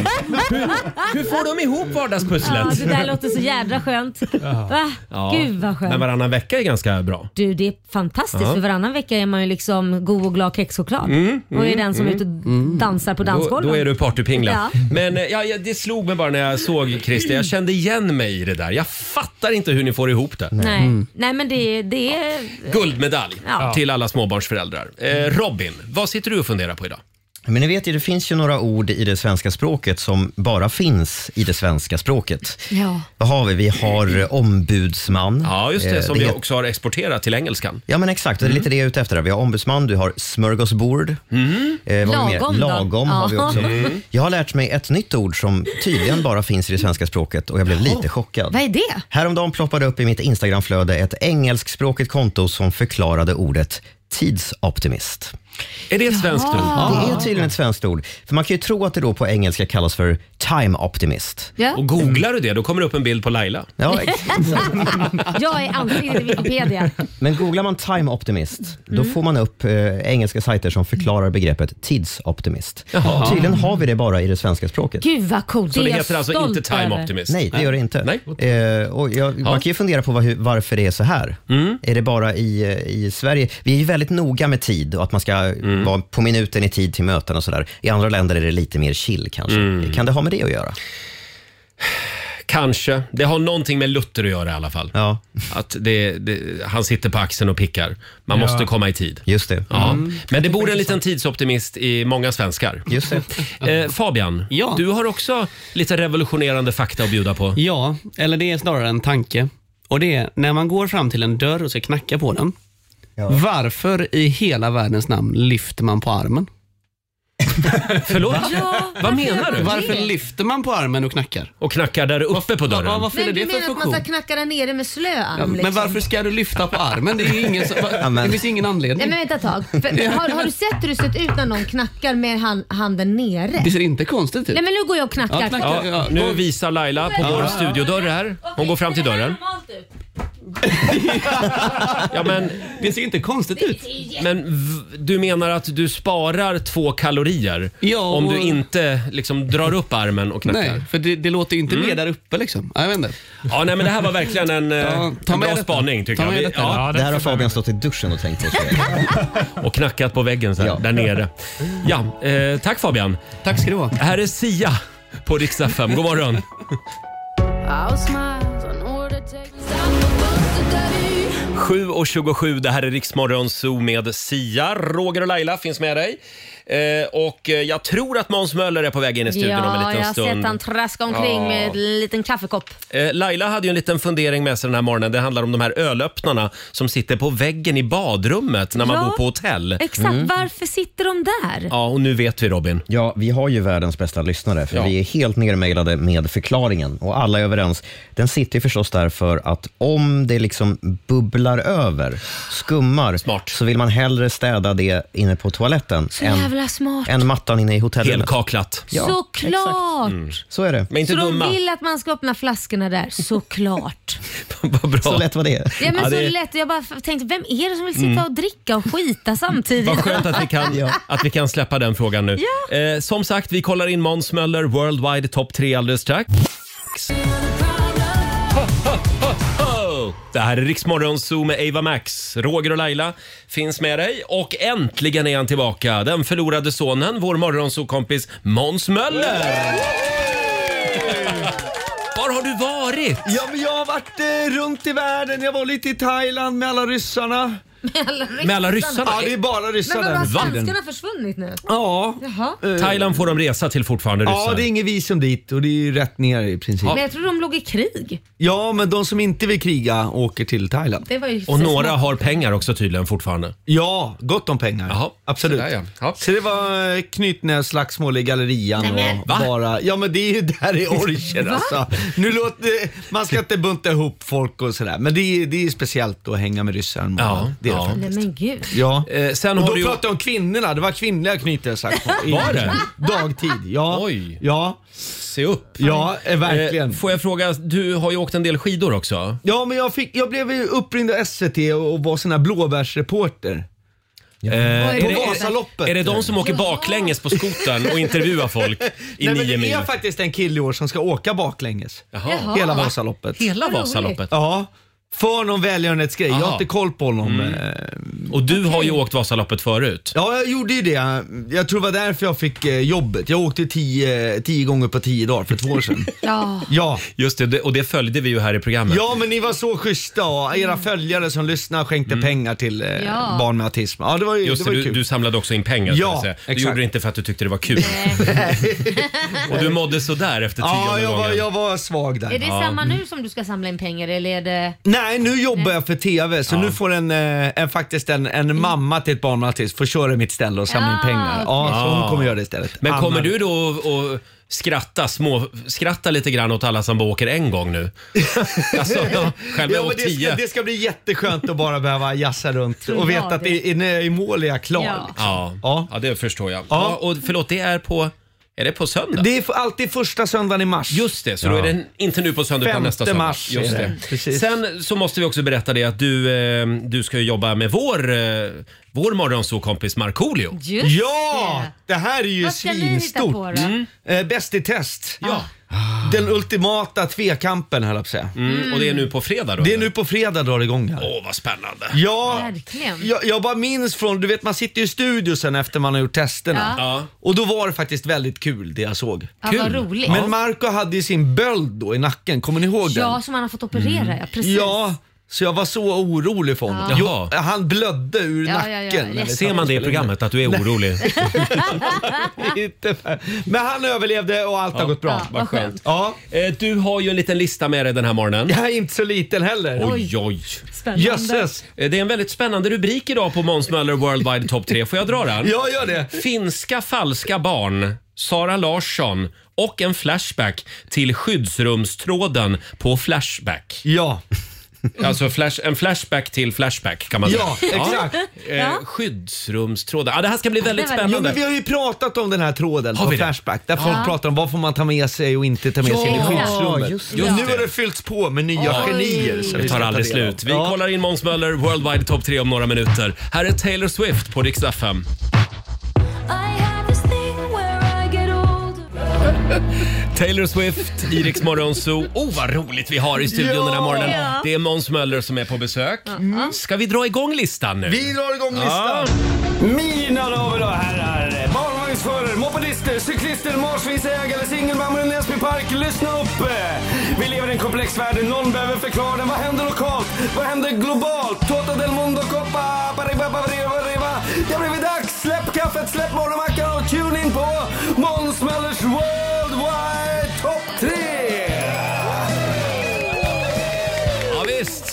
Hur får de ihop vardagspusslet? Det där låter så jädra skönt. Va? Gud vad skönt. Men varannan vecka är ganska bra. Du, det är fantastiskt. För varannan vecka är man ju liksom god och glad kexchoklad. Och är den som är ute och dansar på dansgolvet. Då är du partypingla. Men det slog mig bara när jag såg Christer. Jag kände igen mig i det där. Jag fattar inte hur ni får ihop det. Nej, men det är... Guldmedalj till alla småbarnsföräldrar. Robin, vad sitter du och funderar på idag? Men ni vet ju, det finns ju några ord i det svenska språket som bara finns i det svenska språket. Vad har vi? Vi har ombudsman. Ja, just det. Som vi också har exporterat till engelskan. Ja, men exakt. Det är lite det jag är ute efter. Vi har ombudsman, du har smörgåsbord. Lagom har vi också. Jag har lärt mig ett nytt ord som tydligen bara finns i det svenska språket och jag blev lite chockad. Vad är det? Häromdagen ploppade upp i mitt Instagramflöde ett engelskspråkigt konto som förklarade ordet tidsoptimist. Är det ett svenskt ord? Det är tydligen ett svenskt ord. För man kan ju tro att det då på engelska kallas för time optimist. Och googlar du det, då kommer det upp en bild på Laila. Ja, jag är ansiktet i Wikipedia. Men googlar man time optimist, då får man upp engelska sajter som förklarar begreppet tidsoptimist. Tydligen har vi det bara i det svenska språket. Gud vad coolt. Så det heter alltså inte time optimist? Nej, det gör det inte. Och man kan ju fundera på varför det är så här. Är det bara i Sverige? Vi är ju väldigt noga med tid och att man ska vara på minuten i tid till möten och sådär. I andra länder är det lite mer chill kanske. Kan det ha med det att göra? Kanske. Det har någonting med Luther att göra i alla fall. Att han sitter på axeln och pickar. Man måste komma i tid. Just det. Men det bor en liten tidsoptimist i många svenskar. Just det. Fabian, du har också lite revolutionerande fakta att bjuda på. Ja, eller det är snarare en tanke. Och det är när man går fram till en dörr och ska knacka på den. Varför i hela världens namn lyfter man på armen? Förlåt? Vad menar du? Varför lyfter man på armen och knackar? Och knackar där uppe på dörren? Vad fyller det för funktion? Att man ska knacka där nere med slö arm, Men varför ska du lyfta på armen? Det är ingen det finns ingen anledning. Nej, men vänta ett tag. Har du sett hur det ser ut när någon knackar med handen nere? Det ser inte konstigt ut. Nej, men nu går jag och knackar. Nu visar Laila på vår studiodörr här. Hon går fram till dörren. Men det ser inte konstigt ut. Men du menar att du sparar 2 kalorier om du inte liksom drar upp armen och knackar? Nej, för det låter ju inte mer där uppe liksom. Jag vet inte. Men det här var verkligen en bra spaning tycker jag. Det här har Fabian stått i duschen och tänkt på. Och knackat på väggen så här, där nere. Tack Fabian. Tack ska du ha. Här är Sia på Rix FM. God 7:27, det här är Riksmorgon Zoo med Sia. Roger och Laila finns med dig. Och jag tror att Måns Möller är på väg in i studion om en liten stund. Jag har sett han traska omkring med en liten kaffekopp. Laila hade ju en liten fundering med sig den här morgonen. Det handlar om de här ölöppnarna som sitter på väggen i badrummet när man bor på hotell. Exakt, varför sitter de där? Ja, och nu vet vi, Robin. Ja, vi har ju världens bästa lyssnare, för vi är helt nermailade med förklaringen. Och alla är överens. Den sitter ju förstås där för att om det liksom bubblar över, skummar, så vill man hellre städa det inne på toaletten än mattan inne i hotellet. Helkaklat. Ja, såklart. Så är det. Men inte så dumma. De vill att man ska öppna flaskorna där, såklart. Vad bra. Så lätt var det. Ja, men så lätt. Jag bara tänkte, vem är det som vill sitta och dricka och skita samtidigt? Vad skönt att vi kan släppa den frågan nu. Ja. Som sagt, vi kollar in Måns Möller Worldwide Top 3 alldeles strax. Det här är Riksmorgon Zoo med Ava Max. Roger och Laila finns med dig. Och äntligen är han tillbaka. Den förlorade sonen, vår morgonzoo-kompis Måns Möller. Var har du varit? Ja, men jag har varit runt i världen. Jag var lite i Thailand med alla ryssarna. Med alla ryssarna? Ja, det är bara ryssarna. Men vad har svenskarna försvunnit nu? Ja. Thailand får de resa till fortfarande, ryssar. Ja, det är ingen visum dit och det är ju rätt ner i princip. Men jag tror de låg i krig. Ja, men de som inte vill kriga åker till Thailand. Det var ju och några har pengar också tydligen fortfarande. Ja, gott om pengar. Jaha. Absolut. Sådär, ja. Så det var knytnävsslagsmål i gallerian. Nej, och bara, ja, men det är ju där i orcher alltså. Nu man ska inte bunta ihop folk och sådär. Men det är speciellt att hänga med ryssar. Ja. Det är det Nej, men gud. Ja. Sen och har då du pratade jag om kvinnorna. Det var kvinnliga knytnävsslagsmål. Var det? Dagtid, ja. Oj. Ja. Se upp. Ja, verkligen. Får jag fråga, du har ju åkt en del skidor också. Ja, men jag blev ju uppringd av SVT och var sån här blåbärsreporter. På Vasaloppet. Är det de som åker baklänges på skoten och intervjuar folk i 9 mil? Det är faktiskt en kille i år som ska åka baklänges. Jaha. Hela Vasaloppet. Hela Vasaloppet? Ja. För någon välgörenhetsgrej. Jag har inte koll på honom. Och du har ju åkt Vasaloppet förut. Ja, jag gjorde ju det. Jag tror det var därför jag fick jobbet. Jag åkte 10 gånger på 10 dagar för 2 år sedan. Ja. Just det, och det följde vi ju här i programmet. Ja, men ni var så schyssta och era följare som lyssnade skänkte pengar till barn med autism. Ja, det var ju, just det, du samlade också in pengar. Ja, du gjorde det inte för att du tyckte det var kul. Och du mådde så där efter 10 gången. Jag var svag där. Är det samma nu som du ska samla in pengar eller är det... Nej, nu jobbar jag för TV så nu får faktiskt en mamma till ett barn med autism får köra mitt ställe och samla in pengar. Ja, så hon kommer göra det istället. Men kommer du då att skratta lite grann åt alla som åker en gång nu? Alltså, själv ja, men det ska bli jätteskönt att bara behöva jassa runt och veta att när jag är i mål är jag klar. Ja, det förstår jag. Ja, och förlåt, det är på... Är det på söndag? Det är alltid första söndagen i mars. Just det, så då är det inte nu på söndag utan nästa söndag. 5 mars. Just det. Precis. Sen så måste vi också berätta det att du ska jobba med vår morgonzoo-kompis Markoolio. Ja! Det här är ju svinstort. Bäst i test. Ja. Den ultimata tvekampen, höll jag på att säga. Och det är nu på fredag då? Det är nu på fredag drar det igång här. Åh, vad spännande. Ja, verkligen. Jag bara minns från, du vet man sitter i studio sen efter man har gjort testerna. Ja. Och då var det faktiskt väldigt kul det jag såg. Ja, vad roligt. Men Marco hade ju sin böld då i nacken, kommer ni ihåg den? Ja, som han har fått operera, ja, precis. Ja. Så jag var så orolig för honom. Ja. Han blödde ur nacken. Ser man det i programmet att du är orolig? Men han överlevde och allt har gått bra. Vad skönt. Ja. Du har ju en liten lista med dig den här morgonen. Jag är inte så liten heller. Oj. Spännande. Jösses. Det är en väldigt spännande rubrik idag på Måns Möller Worldwide Top 3. Får jag dra den? Ja, gör det. Finska falska barn, Sara Larsson och en flashback till skyddsrumstråden på Flashback. Ja. Alltså en flashback till Flashback kan man säga. Ja, exakt. Skyddsrumstråden. Ja, det här ska bli väldigt spännande. Ja, men vi har ju pratat om den här tråden på Flashback. Där folk pratar om vad får man ta med sig och inte ta med sig i skyddsrummet. Just nu har det fyllts på med nya genier. Det tar aldrig slut. Vi kollar in Måns Möller Worldwide Top 3 om några minuter. Här är Taylor Swift på Rix FM. Taylor Swift i Rix Morgon Zoo. Vad roligt vi har i studion den här morgonen. Det är Måns Möller som är på besök. Ska vi dra igång listan nu? Vi drar igång listan. Mina damer och herrar, barnvagnsförare, mopedister, cyklister, marsvinsägare, singelmammor i Näsby park, lyssna upp! Vi lever i en komplex värld, någon behöver förklara den. Vad händer lokalt? Vad händer globalt? Tota del mundo, coppa, pariba, det har blivit dags! Släpp kaffet, släpp morgonmackan och tune in på Måns Möllers Worldwide Top 3! Ja, visst.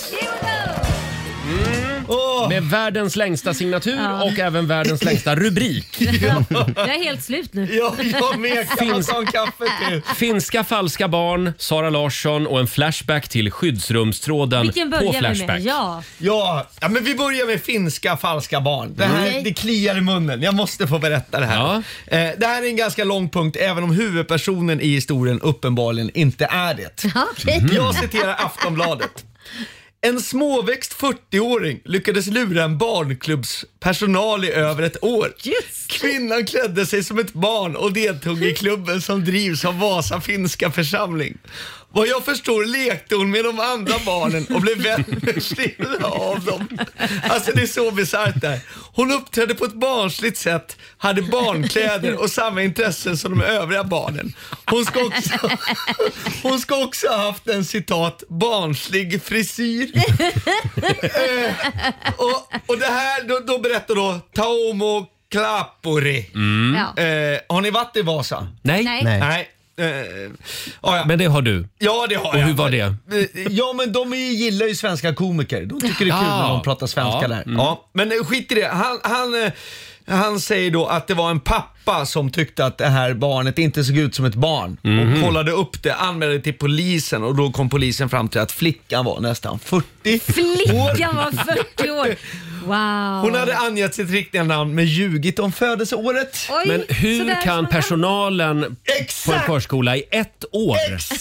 Med världens längsta signatur och även världens längsta rubrik. Jag är helt slut nu. Ja, jag med. Kan man ta en kaffe till? Finska falska barn, Sara Larsson och en flashback till skyddsrumstråden Vilken på börjar Flashback. vi med? Ja, men vi börjar med finska falska barn. Det här det kliar i munnen. Jag måste få berätta det här. Ja. Det här är en ganska lång punkt, även om huvudpersonen i historien uppenbarligen inte är det. Jag citerar Aftonbladet. En småväxt 40-åring lyckades lura en barnklubbspersonal i över ett år. Kvinnan klädde sig som ett barn och deltog i klubben som drivs av Vasa finska församling. Vad jag förstår lekte hon med de andra barnen och blev vän med flera av dem. Alltså det är så bisarrt där. Hon uppträdde på ett barnsligt sätt, hade barnkläder och samma intressen som de övriga barnen. Hon ska också ha haft en citat barnslig frisyr. Och det här, då berättar då Taumo Klappuri. Har ni varit i Vasa? Nej. Ja. Men det har du. Ja, det har jag. Och hur var det? Ja, men de gillar ju svenska komiker. De tycker det är kul när de pratar svenska där. Ja, men skit i det. Han säger då att det var en pappa som tyckte att det här barnet inte såg ut som ett barn. Och kollade upp det, anmälde till polisen och då kom polisen fram till att flickan var nästan 40 Flickan var 40 år. Wow. Hon hade angett sitt riktiga namn men ljugit om födelseåret. Oj, men hur kan personalen på en förskola i ett år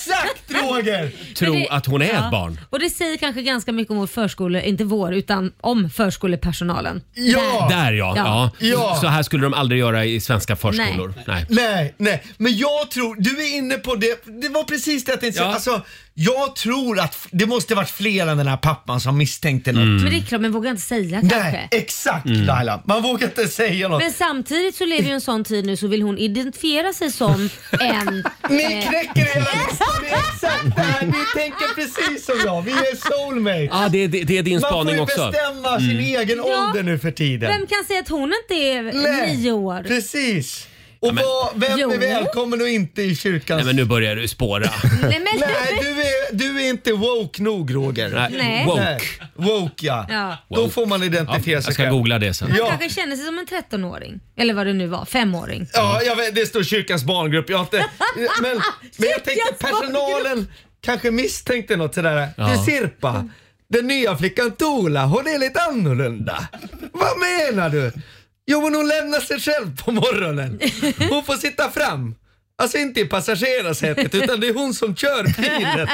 tro att hon är ett barn? Och det säger kanske ganska mycket om vår förskola, inte vår, utan om förskolepersonalen. Där ja. Så här skulle de aldrig göra i svenska förskolor. Nej. Men jag tror, du är inne på det. Det var precis det jag tänkte säga. Alltså, jag tror att det måste varit fler än den här pappan som misstänkte något. Men det är klart, men vågar inte säga kanske. Nej, exakt Laila. Man vågar inte säga något. Men samtidigt så lever ju en sån tid nu så vill hon identifiera sig som en... Ni knäcker hela det är exakt det här. Ni tänker precis som jag. Vi är soulmates. Ja, det är din spaning också. Man får ju bestämma sin egen ålder nu för tiden. Vem kan säga att hon inte är 9 år? Precis. Och vem är välkommen och inte i kyrkan? Nej, men nu börjar du spåra. Nej, du är inte woke nog, Roger. Nej. Woke, ja. Då får man identifiera sig. Jag ska googla det sen. Han kanske känner sig som en 13-åring. Eller vad det nu var, 5-åring. Ja, jag vet, det står kyrkans barngrupp. Jag inte, men jag tänkte personalen kanske misstänkte något sådär. Det är Sirpa. Den nya flickan Tola, hon är lite annorlunda. Vad menar du? Jo, men hon lämnar sig själv på morgonen. Hon får sitta fram. Alltså inte i passagerarsätet, utan det är hon som kör bilen.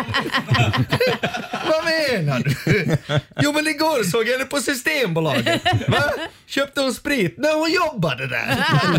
Vad menar du? Jo, men igår såg jag henne på Systembolaget. Va? Köpte hon sprit när hon jobbade där?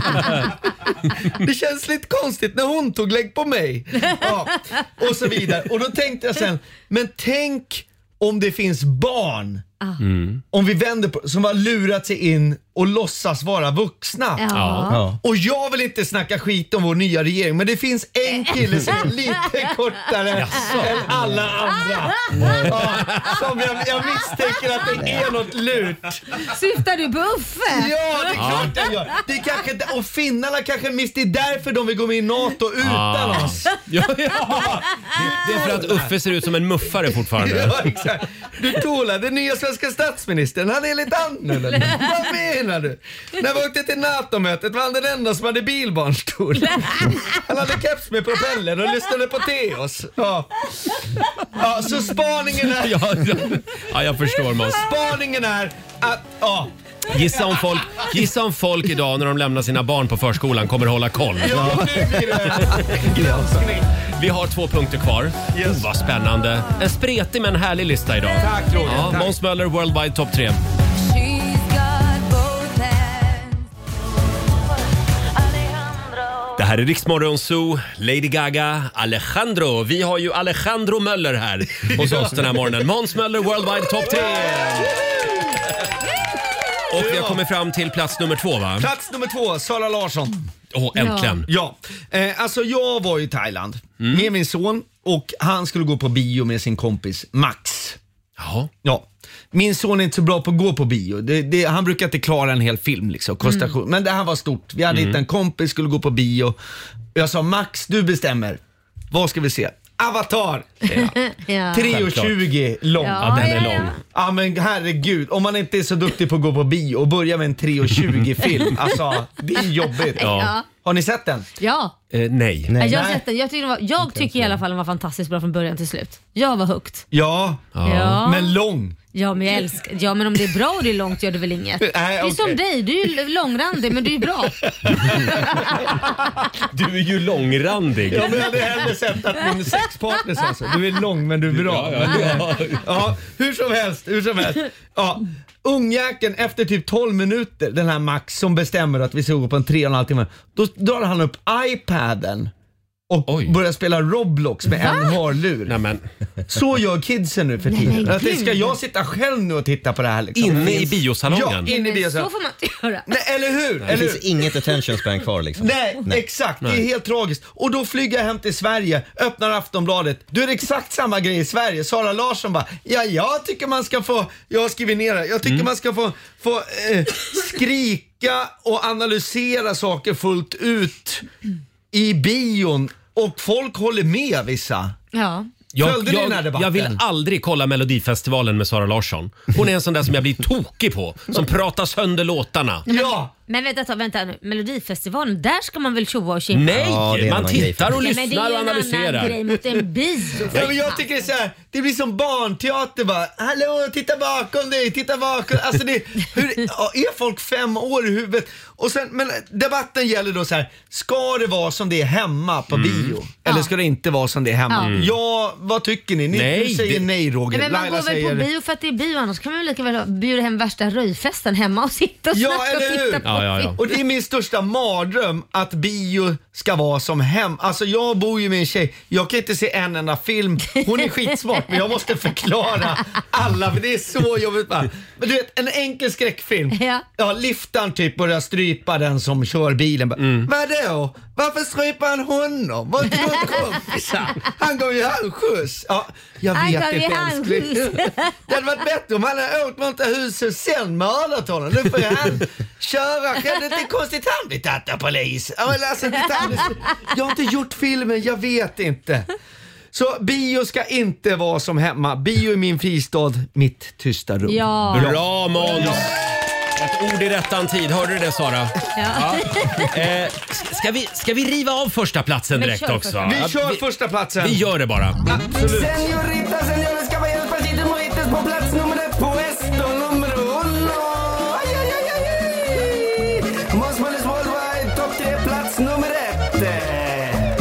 Det känns lite konstigt när hon tog lägg på mig. Ja, och så vidare. Och då tänkte jag sen, men tänk om det finns barn. Om vi vänder på, som har lurat sig in och låtsas vara vuxna. Och jag vill inte snacka skit om vår nya regering, men det finns en kille som är lite kortare än alla andra. Som jag misstänker att det är något lurt. Syftar du på Uffe? Ja, det är klart jag gör. Det är kanske, och finnarna kanske det är därför de vill gå med i NATO utan oss. Det är för att Uffe ser ut som en muffare fortfarande. Ja, exakt. Du Tola, den nya svenska statsministern, han är lite annorlunda. Vad menar du? När vi åkte till NATO-mötet var han den enda som hade bilbarnstol. Han hade keps med propeller och lyssnade på Teos. Ja, så spaningen är... Ja, jag förstår, Måns. Spaningen är att... Gissa om folk idag när de lämnar sina barn på förskolan kommer hålla koll. Ja, nu blir det granskning. Vi har 2 punkter kvar. Vad spännande. En spretig men härlig lista idag. Tack, Roger. Måns Möller, Worldwide Top 3. Det här är Riksmorgon Zoo, Lady Gaga, Alejandro. Vi har ju Alejandro Möller här hos oss den här morgonen. Måns Möller, Worldwide Top 3. Och vi har kommit fram till plats nummer 2, va? Plats nummer 2, Sara Larsson. Äntligen. Ja. Alltså jag var i Thailand med min son och han skulle gå på bio med sin kompis Max. Jaha. Ja. Min son är inte så bra på att gå på bio. Han brukar inte klara en hel film liksom, men det här var stort. Vi hade hittat en kompis, skulle gå på bio. Jag sa Max, du bestämmer. Vad ska vi se? Avatar! 3:20 lång. Ja, den är lång. Ja men herregud, om man inte är så duktig på att gå på bio och börja med en 3:20 film. Alltså, det är jobbigt. Ja. Har ni sett den? Ja. Nej. Jag har sett den. Jag tycker i alla fall den var fantastiskt bra från början till slut. Jag var hooked. Ja. Men lång. Ja men jag älskar. Ja men om det är bra och det är långt gör det väl inget. Det är som dig, du är långrandig men du är bra. Du är ju långrandig. Ja men jag hade hellre sett att min sexpartner sa så. Du är lång men du är bra. Ja, hur som helst. Ja. Ungjäkeln efter typ 12 minuter, den här Max som bestämmer att vi ska gå på en 3,5 timmar, då drar han upp iPaden och börjar spela Roblox med en hörlur. Nämen. Så gör kidsen nu för tiden. Ska jag sitta själv nu och titta på det här liksom? Inne i biosalongen? Ja, inne i biosalongen. Så får man inte göra. Nej, eller hur? Det finns inget attention span kvar liksom. Nej, exakt. Det är helt tragiskt. Och då flyger jag hem till Sverige, öppnar Aftonbladet. Du är exakt samma grej i Sverige. Sara Larsson bara, jag tycker man ska få, jag har skrivit ner det, jag tycker man ska få skrika och analysera saker fullt ut i bion. Och folk håller med vissa. Ja. Jag vill aldrig kolla Melodifestivalen med Sara Larsson. Hon är en sån där som jag blir tokig på. Som pratar sönder låtarna. Ja. Men vänta nu. Melodifestivalen, där ska man väl tjoa och chippa? Nej, man tittar och lyssnar och analyserar. Det är en annan grej mot en bio. Ja, men jag tycker det är så här, det blir som barnteater bara. Hallå, titta bakom dig, titta bakom. Alltså är folk 5 år i huvudet? Och sen, men debatten gäller då så här, ska det vara som det är hemma på bio? Eller ska det inte vara som det är hemma? Ja, vad tycker ni? Ni säger nej, Roger. Men man går väl på bio för att det är bio, annars kan man väl lika väl bjuda hem värsta röjfesten hemma och sitta och snacka och titta på. Ja. Och det är min största mardröm att bio ska vara som hem. Alltså jag bor ju med en tjej. Jag kan inte se en enda film. Hon är skitsmart men jag måste förklara alla för det är så jobbigt bara. Men du vet, en enkel skräckfilm. Ja, liftaren typ börjar strypa den som kör bilen. Vadå? Varför strypar han honom? Var inte de kompisar? Han går ju halvskjuts. Ja, jag vet inte älskling. Det hade varit bättre om han hade åkt mot huset sen mördat honom. Nu får han köra. Det är konstigt han blir tatt av polis. Alltså, jag har inte gjort filmen, jag vet inte. Så bio ska inte vara som hemma. Bio är min fristad, mitt tysta rum. Ja. Bra Måns! Ett ord i rättan tid, hörde du det Sara? Ja. Ska vi riva av första platsen direkt också? Vi kör första platsen. Vi gör det bara. Absolut. Señorita, señores, caballeros, pasitos, mojitos på plats nummer 1 på Puesto numero 1. Månsmålets Worldwide, topp 3 plats nummer 1.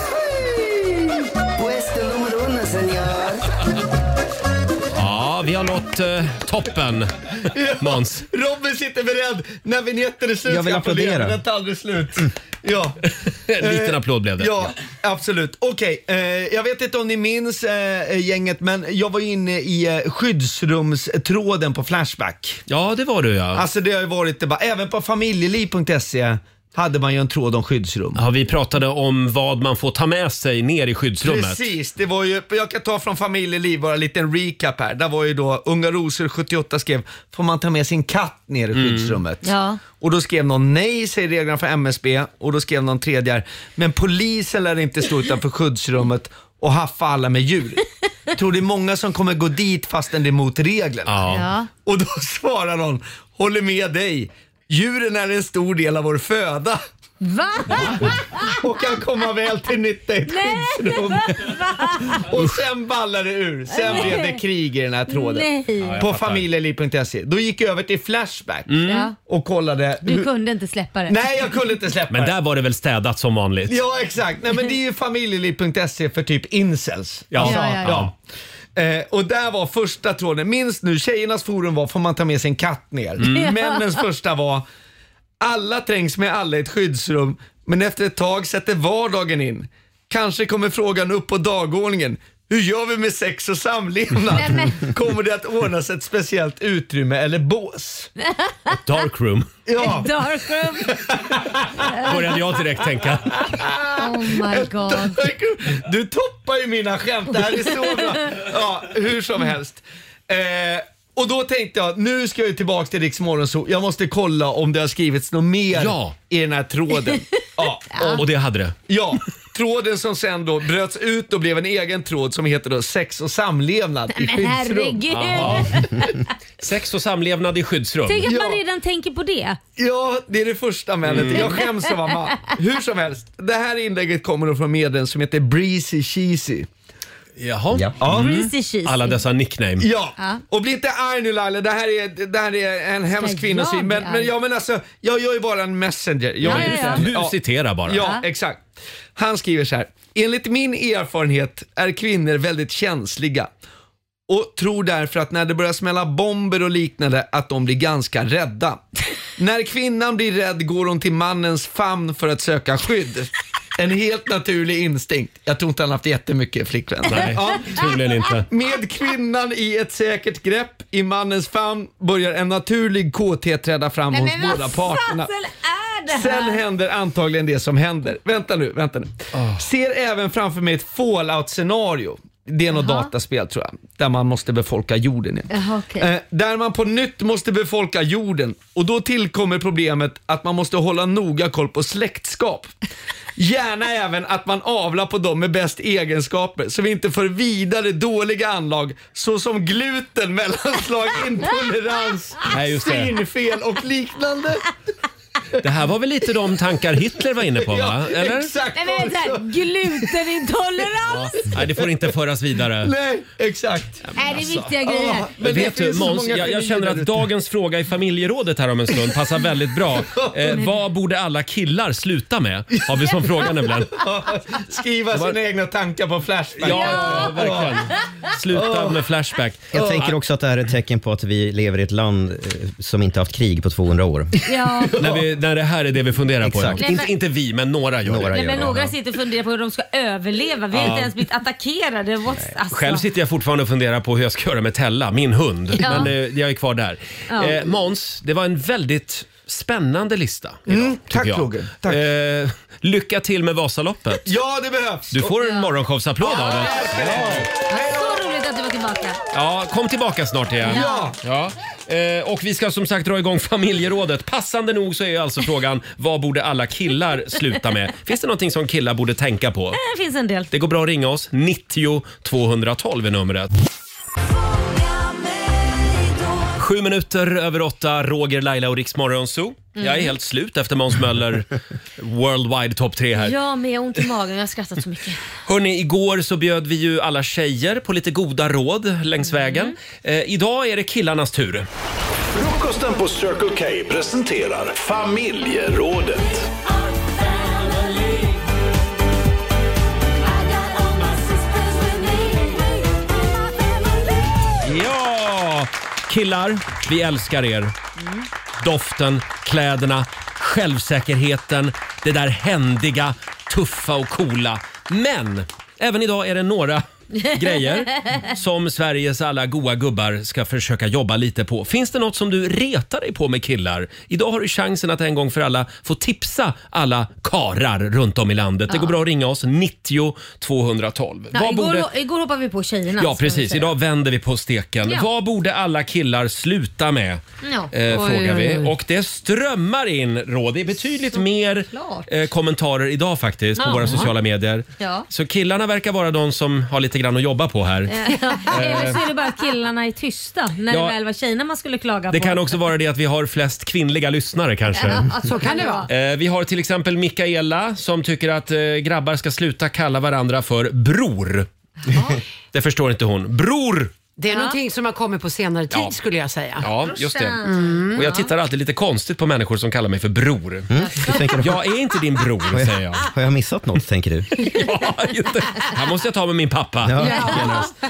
Puesto numero 1, señor. Ja, vi har nått toppen, Måns. Robin sitter beredd när vignetten är slut. Jag vill applådera. Den tar aldrig slut. Ja. En liten applåd blev det. Ja, absolut. Okej, jag vet inte om ni minns gänget, men jag var inne i skyddsrumstråden på Flashback. Ja, det var du ja. Alltså det har ju varit även på familjeliv.se hade man ju en tråd om skyddsrum. Ja, vi pratade om vad man får ta med sig ner i skyddsrummet. Precis, det var ju, jag kan ta från familjeliv bara en liten recap här. Där var ju då Unga Rosor 78 skrev, får man ta med sin katt ner i skyddsrummet? Ja. Och då skrev någon nej, säger reglerna för MSB. Och då skrev någon tredje, men polisen lär inte stå utanför skyddsrummet och haffa alla med djur. Jag tror det är många som kommer gå dit fastän det är mot reglerna. Ja. Och då svarar någon, håller med dig. Djuren är en stor del av vår föda. Va? Och kan komma väl till nytta i ett skyddsrum. Och sen ballar det ur. Sen blev det krig i den här tråden. På familjeliv.se. Då gick jag över till Flashback och kollade. Du kunde inte släppa det. Nej, jag kunde inte släppa det. Men där var det väl städat som vanligt. Ja, exakt. Nej, men det är ju familjeliv.se för typ incels. Ja. Och där var första tråden. Minst nu, tjejernas forum var, får man ta med sin katt ner. Männens första var, alla trängs med alla i ett skyddsrum, men efter ett tag sätter vardagen in. Kanske kommer frågan upp på dagordningen. Hur gör vi med sex och samlevnad? Kommer det att ordnas ett speciellt utrymme eller bås? Ett darkroom. Ja. Darkroom. Började jag direkt tänka. Oh my god. Du toppar ju mina skämt. Det här är så bra. Ja, hur som helst. Och då tänkte jag, nu ska jag tillbaka till Rix Morgonzoo. Jag måste kolla om det har skrivits något mer i den här tråden. Ja. Och det hade det. Ja, tråden som sen då bröts ut och blev en egen tråd som heter då sex och samlevnad i skyddsrum. Herregud. Sex och samlevnad i skyddsrum. Tänk att man redan tänker på det. Ja, det är det första männet. Jag skäms av mamma. Hur som helst, det här inlägget kommer då från medlen som heter Breezy Cheesy. Jaha. Alla dessa nickname. Ja, och bli inte arg nu Laila, det här är en hemsk kvinnosyn. Men alltså, jag gör ju bara en messenger. Du citerar bara. Ja, exakt. Han skriver så här: enligt min erfarenhet är kvinnor väldigt känsliga och tror därför att när det börjar smälla bomber och liknande att de blir ganska rädda. När kvinnan blir rädd går hon till mannens famn för att söka skydd. En helt naturlig instinkt. Jag tror inte han haft jättemycket flickvän. Nej, troligen inte. Med kvinnan i ett säkert grepp i mannens famn börjar en naturlig kåthet träda fram hos båda parterna. Sen händer antagligen det som händer. Vänta nu. Ser även framför mig ett Fallout-scenario. Det är något dataspel tror jag, där man måste befolka jorden igen. Där man på nytt måste befolka jorden. Och då tillkommer problemet att man måste hålla noga koll på släktskap. Gärna även att man avlar på dem med bäst egenskaper så vi inte får vidare dåliga anlag såsom gluten, mellanslag, intolerans, synfel och liknande. Det här var väl lite de tankar Hitler var inne på, va? Eller? Exakt. Glutenintolerans. Nej, det får inte föras vidare. Nej, exakt. Nej, det är viktiga grejer. Men vet du, Måns, jag känner att dagens fråga i familjerådet här om en stund passar väldigt bra. Vad borde alla killar sluta med? Har vi som fråga nämligen. Skriva sina egna tankar på Flashback. Ja, verkligen. Sluta med Flashback. Jag tänker också att det här är ett tecken på att vi lever i ett land som inte haft krig på 200 år. Ja. När det här är det vi funderar på. Exakt. Inte vi, men några gör det. Men några sitter och funderar på hur de ska överleva. Vi har inte ens blivit attackerade. Alltså. Själv sitter jag fortfarande och funderar på hur jag ska göra med Tella, min hund. Men jag är kvar där. Måns, det var en väldigt spännande lista idag, tack Roger. Tack. Lycka till med Vasaloppet. Ja, det behövs. Du får en morgonshowsapplåd av oss. Så roligt att du var tillbaka. Ja, kom tillbaka snart igen. Ja. Och vi ska som sagt dra igång familjerådet. Passande nog så är alltså frågan, vad borde alla killar sluta med? Finns det någonting som killar borde tänka på? Det finns en del. Det går bra att ringa oss. 90 212 är numret. 7 minuter över 8, Roger, Laila och Rix Morgonzoo. Jag är helt slut efter Måns Möller Worldwide Top 3 här. Ja, men jag har ont i magen. Jag har skrattat så mycket. Hörrni, igår så bjöd vi ju alla tjejer på lite goda råd längs vägen. Idag är det killarnas tur. Frukosten på Circle K presenterar familjerådet. Ja, killar, vi älskar er. Doften, kläderna, självsäkerheten, det där händiga, tuffa och coola. Men även idag är det några grejer som Sveriges alla goa gubbar ska försöka jobba lite på. Finns det något som du retar dig på med killar? Idag har du chansen att en gång för alla få tipsa alla karar runt om i landet. Det går bra att ringa oss, 90 212. Ja, igår hoppade vi på tjejerna. Ja, precis. Idag vänder vi på steken. Ja. Vad borde alla killar sluta med? Frågar vi. Och det strömmar in råd. Det är betydligt mer kommentarer idag faktiskt på våra sociala medier. Ja. Så killarna verkar vara de som har lite grann att jobba på här. Eller så är det bara att killarna är tysta när det väl var tjejerna man skulle klaga på. Det kan också vara det att vi har flest kvinnliga lyssnare kanske. Ja, så kan det vara. Vi har till exempel Mikaela som tycker att grabbar ska sluta kalla varandra för bror. Det förstår inte hon. Bror! Det är någonting som har kommit på senare tid skulle jag säga. Ja, just det. Och jag tittar alltid lite konstigt på människor som kallar mig för bror. Jag är inte din bror, säger jag. Har jag missat något, tänker du? Ja, just det. Här måste jag ta med min pappa.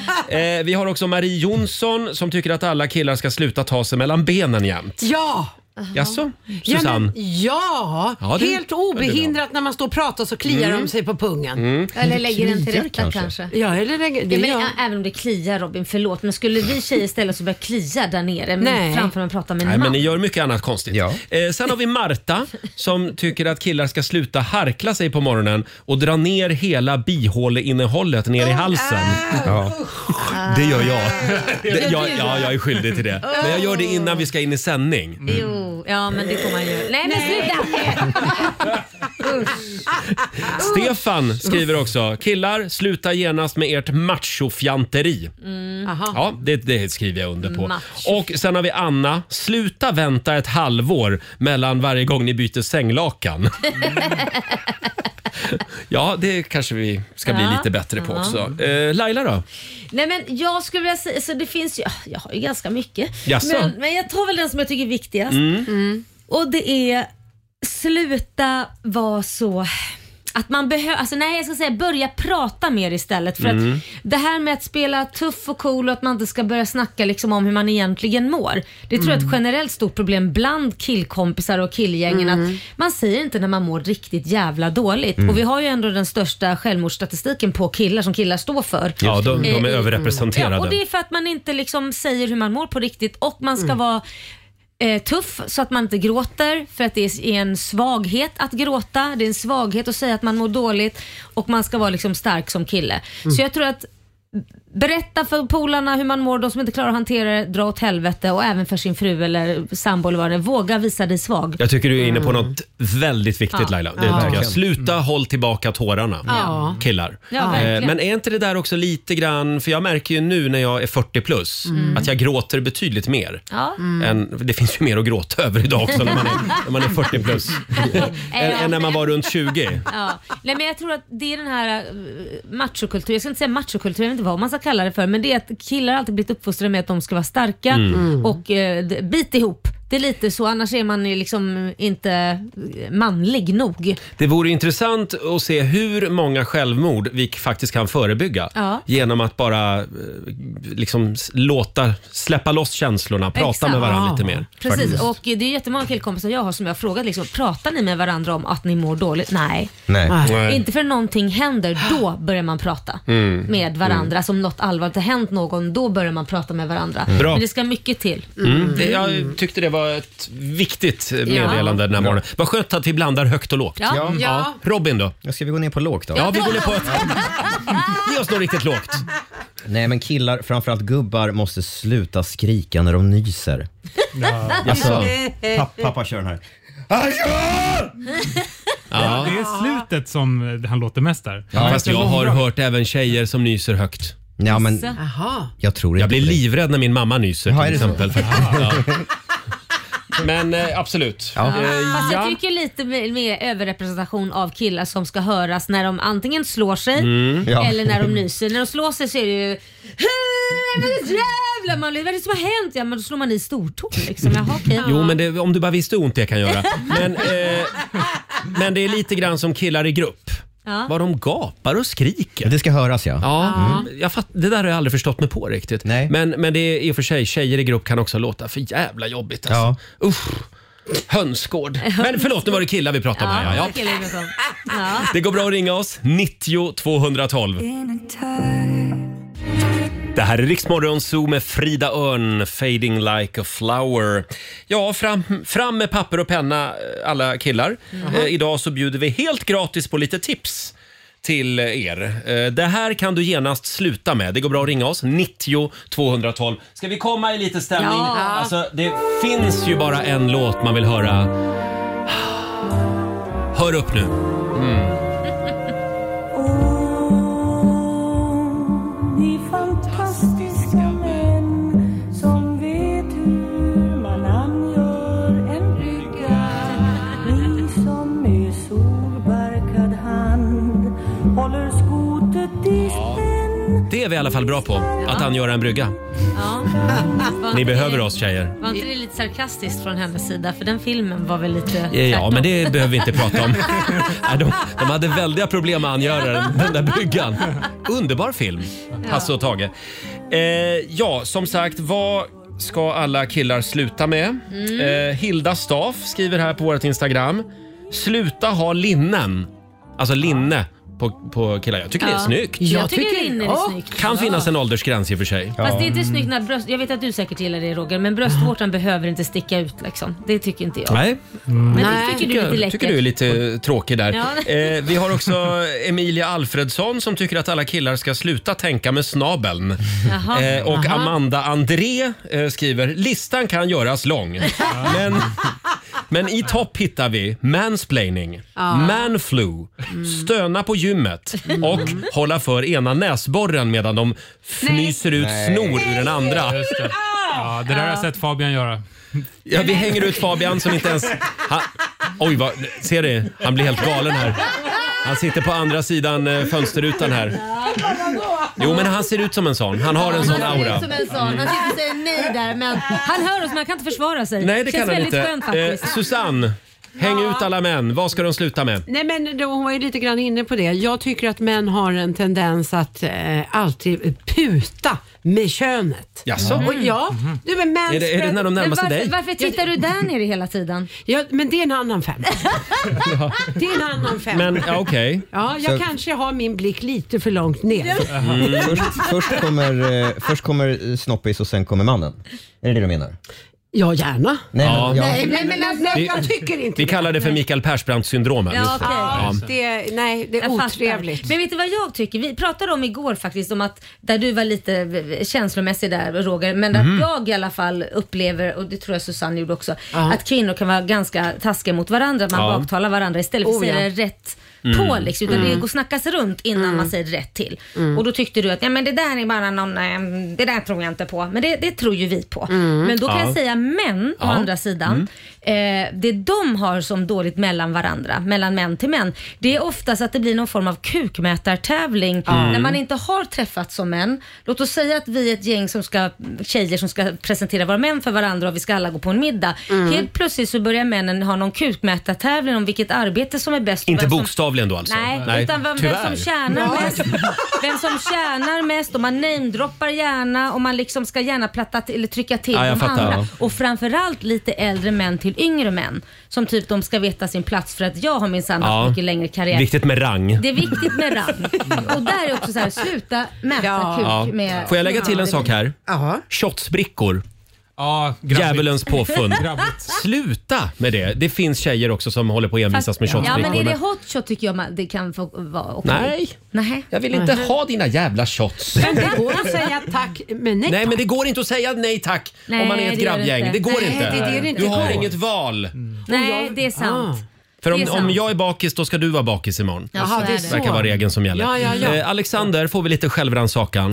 Vi har också Marie Jonsson som tycker att alla killar ska sluta ta sig mellan benen jämt. Ja! Jaså, Susanne? Ja, helt obehindrat när man står och pratar så kliar de sig på pungen. Eller lägger den till rätta kanske. Ja, eller även om det kliar, Robin, förlåt. Men skulle vi tjejer istället så börja klia där nere framför man pratar med en man? Men ni gör mycket annat konstigt. Ja. Sen har vi Marta som tycker att killar ska sluta harkla sig på morgonen och dra ner hela bihåleinnehållet ner i halsen. Det gör jag. Jag är skyldig till det. Men jag gör det innan vi ska in i sändning. Jo, ja men det får man ju. Nej men sluta! Stefan skriver också: killar, sluta genast med ert machofjanteri. Ja, det skriver jag under på. Och sen har vi Anna: sluta vänta ett halvår mellan varje gång ni byter sänglakan. Ja, det kanske vi ska bli lite bättre på också. Laila då? Nej men jag skulle vilja säga, så det finns ju, jag har ju ganska mycket. Men jag tar väl den som jag tycker är viktigast. Och det är sluta vara så att man behöver, börja prata mer istället. För att det här med att spela tuff och cool och att man inte ska börja snacka liksom om hur man egentligen mår. Det tror jag är ett generellt stort problem bland killkompisar och killgängen. Att man säger inte när man mår riktigt jävla dåligt. Och vi har ju ändå den största självmordsstatistiken på killar som killar står för. Ja, de är överrepresenterade. Ja, och det är för att man inte liksom säger hur man mår på riktigt. Och man ska vara tuff så att man inte gråter, för att det är en svaghet att gråta. Det är en svaghet att säga att man mår dåligt, och man ska vara liksom stark som kille. Så jag tror att berätta för polarna hur man mår, de som inte klarar att hantera det, dra åt helvete, och även för sin fru eller sambo eller vad det är. Våga visa dig svag. Jag tycker du är inne på något väldigt viktigt, Laila. Det tycker jag. Sluta håll tillbaka tårarna, killar. Men är inte det där också lite grann, för jag märker ju nu när jag är 40 plus att jag gråter betydligt mer. Det finns ju mer att gråta över idag också när man är 40 plus än när man var runt 20. Nej, men jag tror att det är den här machokultur. Jag ska inte säga machokultur, jag vet inte vad man ska kalla det för, men det är att killar alltid blivit uppfostrade med att de ska vara starka och bit ihop. Det är lite så, annars är man liksom inte manlig nog. Det vore intressant att se hur många självmord vi faktiskt kan förebygga genom att bara liksom släppa loss känslorna, prata med varandra lite mer. Precis, faktiskt. Och det är jättemånga killkompisar jag har som jag har frågat liksom, pratar ni med varandra om att ni mår dåligt? Nej. Inte för någonting händer, då börjar man prata med varandra. Som något allvarligt har hänt någon, då börjar man prata med varandra. Bra. Men det ska mycket till. Jag tyckte det var ett viktigt meddelande den här morgonen. Vad skönt att vi blandar högt och lågt. Ja. Robin då? Ska vi gå ner på lågt då? Ja, vi går ner på ge oss något riktigt lågt. Nej, men killar, framförallt gubbar, måste sluta skrika när de nyser. Alltså, pappa kör den här. Ja, det är slutet som han låter mest där. Fast jag har hört även tjejer som nyser högt. Ja, men jag tror inte. Jag blir livrädd när min mamma nyser till exempel. Men absolut. Fast jag tycker lite mer överrepresentation av killar som ska höras när de antingen slår sig eller när de nyser. När de slår sig så är det ju jävla man, vad är det som har hänt? Ja, men då slår man i stortån liksom. Jo, men om du bara visste hur ont det kan göra. Men det är lite grann som killar i grupp. Vad de gapar och skriker. Det ska höras, det där har jag aldrig förstått mig på riktigt. Nej. Men det är i och för sig, tjejer i grupp kan också låta för jävla jobbigt alltså. Hönsgård. Men förlåt, nu var det killar vi pratade om här. Det går bra att ringa oss 90 212. Det här är Riksmorgon Zoo med Frida Örn, Fading like a flower. Ja, fram med papper och penna alla killar. Idag så bjuder vi helt gratis på lite tips till er. Det här kan du genast sluta med. Det går bra att ringa oss 90 212. Ska vi komma i lite stämning? Alltså, det finns ju bara en låt man vill höra. Hör upp nu. Det är vi i alla fall bra på, att angöra en brygga. Ni behöver oss, tjejer. Var inte det lite sarkastiskt från hennes sida? För den filmen var väl lite... Ja, men det behöver vi inte prata om. De hade väldiga problem att angöra den där bryggan. Underbar film, Hasse och Tage. Som sagt, vad ska alla killar sluta med. Hilda Staff skriver här på vårt Instagram. Sluta ha linnen. Alltså linne på killar. Jag tycker det är snyggt. Jag tycker linne är snyggt. Kan finnas en åldersgräns i och för sig. Fast det är inte snyggt när jag vet att du säkert gillar det, Roger, men bröstvårtan behöver inte sticka ut liksom. Det tycker inte jag. Nej. Men det tycker du är lite läckert. Tycker du är lite tråkig där. Ja. Vi har också Emilia Alfredsson som tycker att alla killar ska sluta tänka med snabeln. Och Amanda André skriver: listan kan göras lång. Men i topp hittar vi mansplaining, manflu, stöna på gymmet och hålla för ena näsborren medan de fnyser ut snor ur den andra. Just det. Ja, det där har jag sett Fabian göra. Ja, vi hänger ut Fabian som inte ens... Oj, ser du? Han blir helt galen här. Han sitter på andra sidan fönsterrutan här. Jo, men han ser ut som en sån. Han har en sån aura. Han ser ut som en sån. Han sitter och säger nej där, men han hör oss, men han kan inte försvara sig. Nej, det kan han inte. Skönt, faktiskt. Susanne, häng ut alla män. Vad ska de sluta med? Nej, men hon var ju lite grann inne på det. Jag tycker att män har en tendens att alltid puta med könet. Jaså? Ja. Du, men är det när de närmar sig dig? Varför tittar du där nere hela tiden? Ja, men det är en annan fem. Det är en annan fem. Men okej. Ja, jag kanske har min blick lite för långt ner. Först kommer snoppis och sen kommer mannen. Är det du menar? Ja, gärna. Nej, jag tycker inte vi kallar det för Mikael Persbrandt-syndromet. Det är otrevligt. Men vet du vad jag tycker? Vi pratade om igår faktiskt om att där du var lite känslomässig där, Roger, men att jag i alla fall upplever, och det tror jag Susanne gjorde också, att kvinnor kan vara ganska taskiga mot varandra, att man baktalar varandra istället för att säga rätt på liksom, utan det går snackas runt innan man säger rätt till. Och då tyckte du att men det där är bara någon, det där tror jag inte på, men det tror ju vi på. Men då kan jag säga män å andra sidan, det de har som dåligt mellan varandra, mellan män till män, det är oftast att det blir någon form av kukmätartävling när man inte har träffats som män. Låt oss säga att vi är ett gäng tjejer som ska presentera våra män för varandra och vi ska alla gå på en middag. Helt plötsligt så börjar männen ha någon kukmätartävling om vilket arbete som är bäst. Inte bokstavligen då alltså? Nej, utan vem som tjänar mest. Vem som tjänar mest, och man namedroppar gärna och man liksom ska gärna trycka till de andra. Och framförallt lite äldre män till yngre män som typ de ska veta sin plats för att jag har minsann haft mycket längre karriär. Viktigt med rang. Det är viktigt med rang. Och där är också så här, sluta mäta kuk med... Får jag lägga till en sak här? Shotsbrickor. Djävulens påfund. Sluta med det. Det finns tjejer också som håller på att envisas med shotsbrickor. Ja, men är det hot shot tycker jag det kan få vara okej. Nej. Jag vill inte ha dina jävla shots. Men det går att säga tack, men nej. Nej, men det går inte att säga nej tack om man är ett grabbgäng. Det går inte. Du har inget val. Nej, det är sant. För om jag är bakis, då ska du vara bakis imorgon. Jaha, det verkar vara regeln som gäller. Alexander, får vi lite självrannsakan?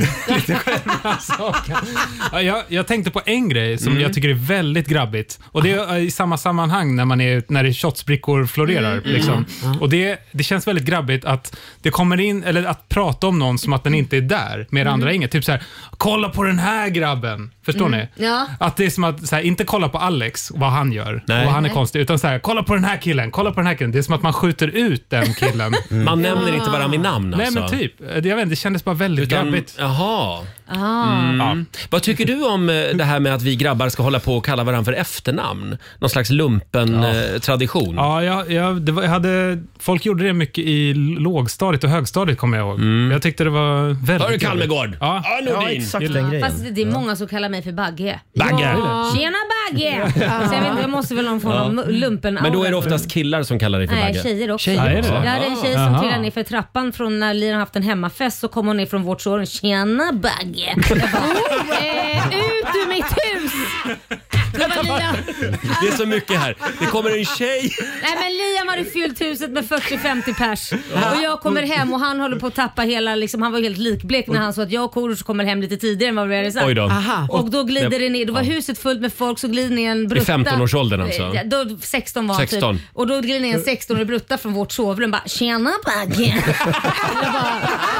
Jag tänkte på en grej som jag tycker är väldigt grabbigt. Och det är i samma sammanhang när det shotsbrickor florerar. Liksom. Och det känns väldigt grabbigt att det kommer in, eller att prata om någon som att den inte är där med andra inget. Typ så här, kolla på den här grabben. Förstår ni? Ja. Att det är som att så här, inte kolla på Alex, vad han gör. Och han är konstig. Utan så här, kolla på den här killen. Det är som att man skjuter ut den killen. Man nämner inte bara min namn alltså. Nej, men typ. Jag vet inte, det kändes bara väldigt grabbigt. Jaha. Vad tycker du om det här med att vi grabbar ska hålla på och kalla varandra för efternamn? Någon slags lumpen tradition. Folk gjorde det mycket i lågstadiet och högstadiet, kommer jag ihåg. Jag tyckte det var väldigt... Hör du Kalmegård? Ja, exakt den grejen. Fast det är många som kallar mig för Bagge. Bagge? Tjena Bagge! Så jag vet inte, jag måste väl få någon lumpen. Men då är det oftast killar som kallar dig för Bagge. Nej, tjejer också. Ja, det är en tjej som trillar ner för trappan från när Liran haft en hemmafest, så kommer hon ner från vårt sår. Tjena Bagge! Jag bara, ut ur mitt hus! Det är så mycket här. Det kommer en tjej. Nej, men Liam hade fyllt huset med 40-50 pers. Och jag kommer hem och han håller på att tappa hela, liksom, han var helt likblek när han sa att jag och Korosh kommer hem lite tidigare än vad vi hade sagt. Oj då. Och då glider det ner. Då var huset fullt med folk, så glider ner en brutta. I 15-årsåldern alltså? Då 16 var 16. Typ. Och då glider ner en 16-årig brutta från vårt sovrum. Bara, tjena Bagge. Jag bara,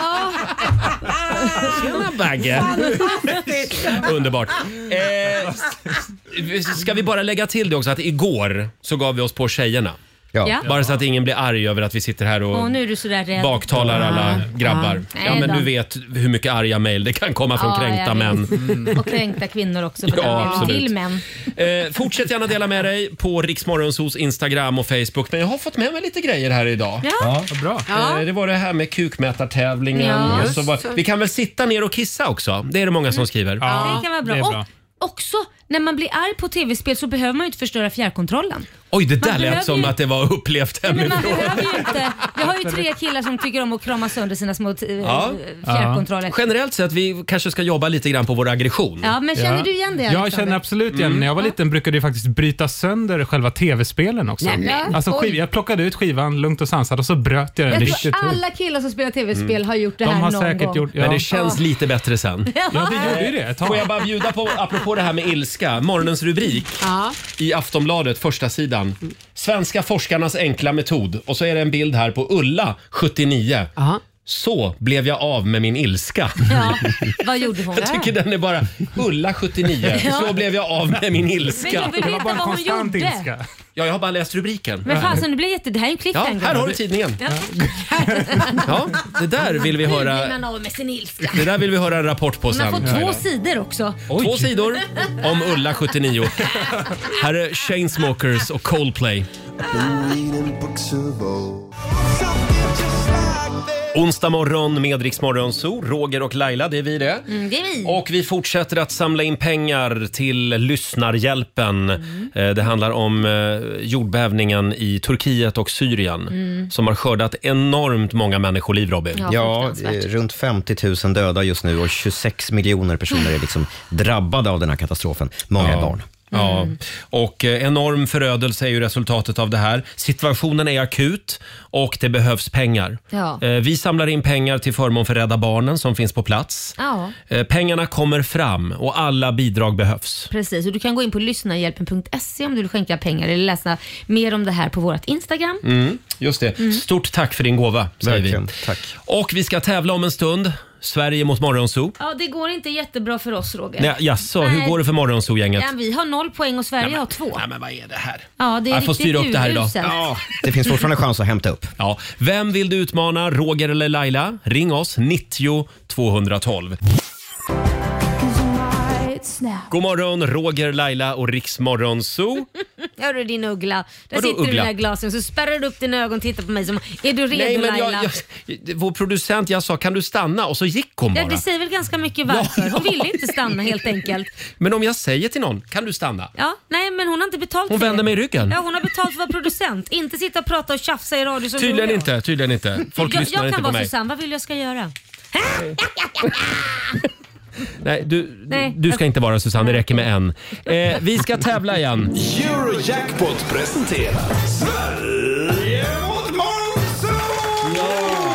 tjena Bagge. Underbart. Ska vi bara lägga till det också att igår så gav vi oss på tjejerna. Ja. Bara så att ingen blir arg över att vi sitter här och nu är du så där rädd. baktalar alla grabbar. Ja, men då. du vet hur mycket arga mejl det kan komma från kränkta män. Och kränkta kvinnor också. Till män. Fortsätt gärna dela med dig på Rix Morgonzos Instagram och Facebook. Men jag har fått med mig lite grejer här idag. Ja, bra. Det var det här med kukmätartävlingen. Ja. Och så vi kan väl sitta ner och kissa också. Det är det många som skriver. Ja, det kan vara bra. Det är bra. Och också, när man blir arg på tv-spel så behöver man ju inte förstöra fjärrkontrollen. Oj, det där lät som att det var upplevt hemifrån. Men man behöver ju inte. Jag har ju 3 killar som tycker om att krama sönder sina små fjärrkontroller. Generellt sett, vi kanske ska jobba lite grann på vår aggression. Ja, men känner du igen det? Jag känner absolut igen. När jag var liten brukade jag faktiskt bryta sönder själva tv-spelen också. Alltså, jag plockade ut skivan lugnt och sansat och så bröt jag den. Jag tror alla killar som spelar tv-spel har gjort det här De har någon säkert gång. gjort, Men det känns lite bättre sen. Ja, det gjorde ju det. Får jag bara bjuda på, apropå det här med ilska, morgonens rubrik i Aftonbladet, första sidan. Svenska forskarnas enkla metod. Och så är det en bild här på Ulla, 79. Så blev jag av med min ilska. Ja, vad gjorde hon? Jag tycker den är bara Ulla, 79. Så blev jag av med min ilska. Men jag vill veta vad hon gjorde. Ilska. Ja, jag har bara läst rubriken. Men fasen, det blir det här är ju en cliffhanger. Ja, här har du tidningen. Ja, det där vill vi höra. Blir man av med sin ilska. Det där vill vi höra en rapport på sen. Man får 2 sidor också. 2 sidor om Ulla, 79. Här är Chainsmokers och Coldplay. Onsdag morgon med Rix Morgonzoo, Roger och Laila, det är vi det. Det är vi. Och vi fortsätter att samla in pengar till Lyssnarhjälpen. Det handlar om jordbävningen i Turkiet och Syrien som har skördat enormt många människoliv, Robin. Ja, runt 50 000 döda just nu och 26 miljoner personer är liksom drabbade av den här katastrofen. Många är barn. Ja, och enorm förödelse är ju resultatet av det här. Situationen är akut och det behövs pengar. Ja. Vi samlar in pengar till förmån för Rädda Barnen som finns på plats. Ja. Pengarna kommer fram och alla bidrag behövs. Precis, och du kan gå in på lyssnarhjälpen.se om du vill skänka pengar eller läsa mer om det här på vårt Instagram. Just det. Stort tack för din gåva, säger Verkligen. vi. Tack. Och vi ska tävla om en stund. Sverige mot Morgonzoo. Ja, det går inte jättebra för oss, Roger. Nej, jaså, hur går det för Morgonzoo-gänget? Ja, vi har 0 poäng och Sverige har 2. Nej, men vad är det här? Ja, det är jag får styra upp det här idag. Ja, det finns fortfarande chans att hämta upp. Ja. Vem vill du utmana, Roger eller Laila? Ring oss, 90 212. God morgon, Roger, Laila och Rix Morgonzoo. Hör du din uggla? Där Vadå sitter du i uggla? dina glasen så spärrar du upp dina ögon och tittar på mig som, är du redo? Nej, men Laila? vår producent, jag sa, kan du stanna? Och så gick hon bara. Ja, det säger väl ganska mycket varför. Hon ville inte stanna helt enkelt. Men om jag säger till någon, kan du stanna? Ja, nej, men hon har inte betalt Hon för vänder det. mig ryggen. Ja, hon har betalt för att vara producent. Inte sitta och prata och tjafsa i radio som Tydligen du gör. inte, tydligen inte. Folk lyssnar Jag inte kan på vara mig. Susanne, vad vill jag ska göra? Nej, du ska inte vara Susanne, det räcker med en. Vi ska tävla igen. Eurojackpot presenterar Sverige mot Morgonzoo!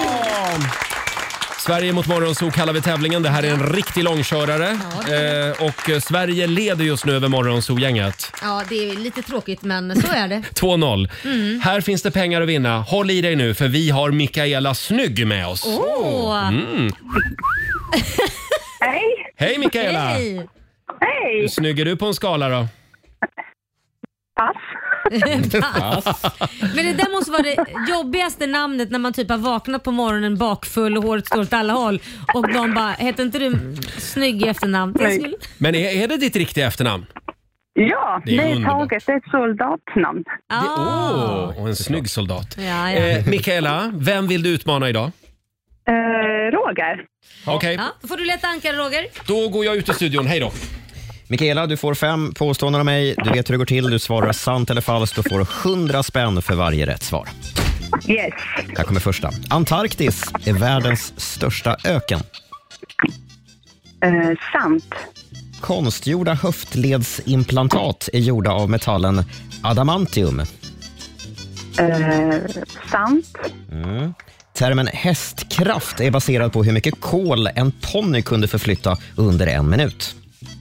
Sverige mot Morgonzoo kallar vi tävlingen. Det här är en riktig långkörare. Och Sverige leder just nu över Morgonzoo-gänget. Ja, det är lite tråkigt, men så är det. 2-0. Här finns det pengar att vinna. Håll i dig nu, för vi har Mikaela Snygg med oss. Hej! Hej Mikaela! Hej! Hur snygg är du på en skala då? Pass. Men det där måste vara det jobbigaste namnet när man typ har vaknat på morgonen bakfull och håret står åt alla håll och de bara, heter inte du Snygg i efternamn? Men är det ditt riktiga efternamn? Ja, Det är det är underbart. taget. Det är ett soldatnamn. Och en snygg soldat. Ja. Mikaela, vem vill du utmana idag? Roger. Okej, Ja, då får du leta ankare, Roger. då går jag ut ur studion. Hej då. Mikaela, du får 5 påståenden av mig. Du vet hur det går till. Du svarar sant eller falskt. Du får 100 spänn för varje rätt svar. Yes. Här kommer första. Antarktis är världens största öken. Sant. Konstgjorda höftledsimplantat är gjorda av metallen adamantium. Sant. Termen hästkraft är baserad på hur mycket kol en ponny kunde förflytta under 1 minut.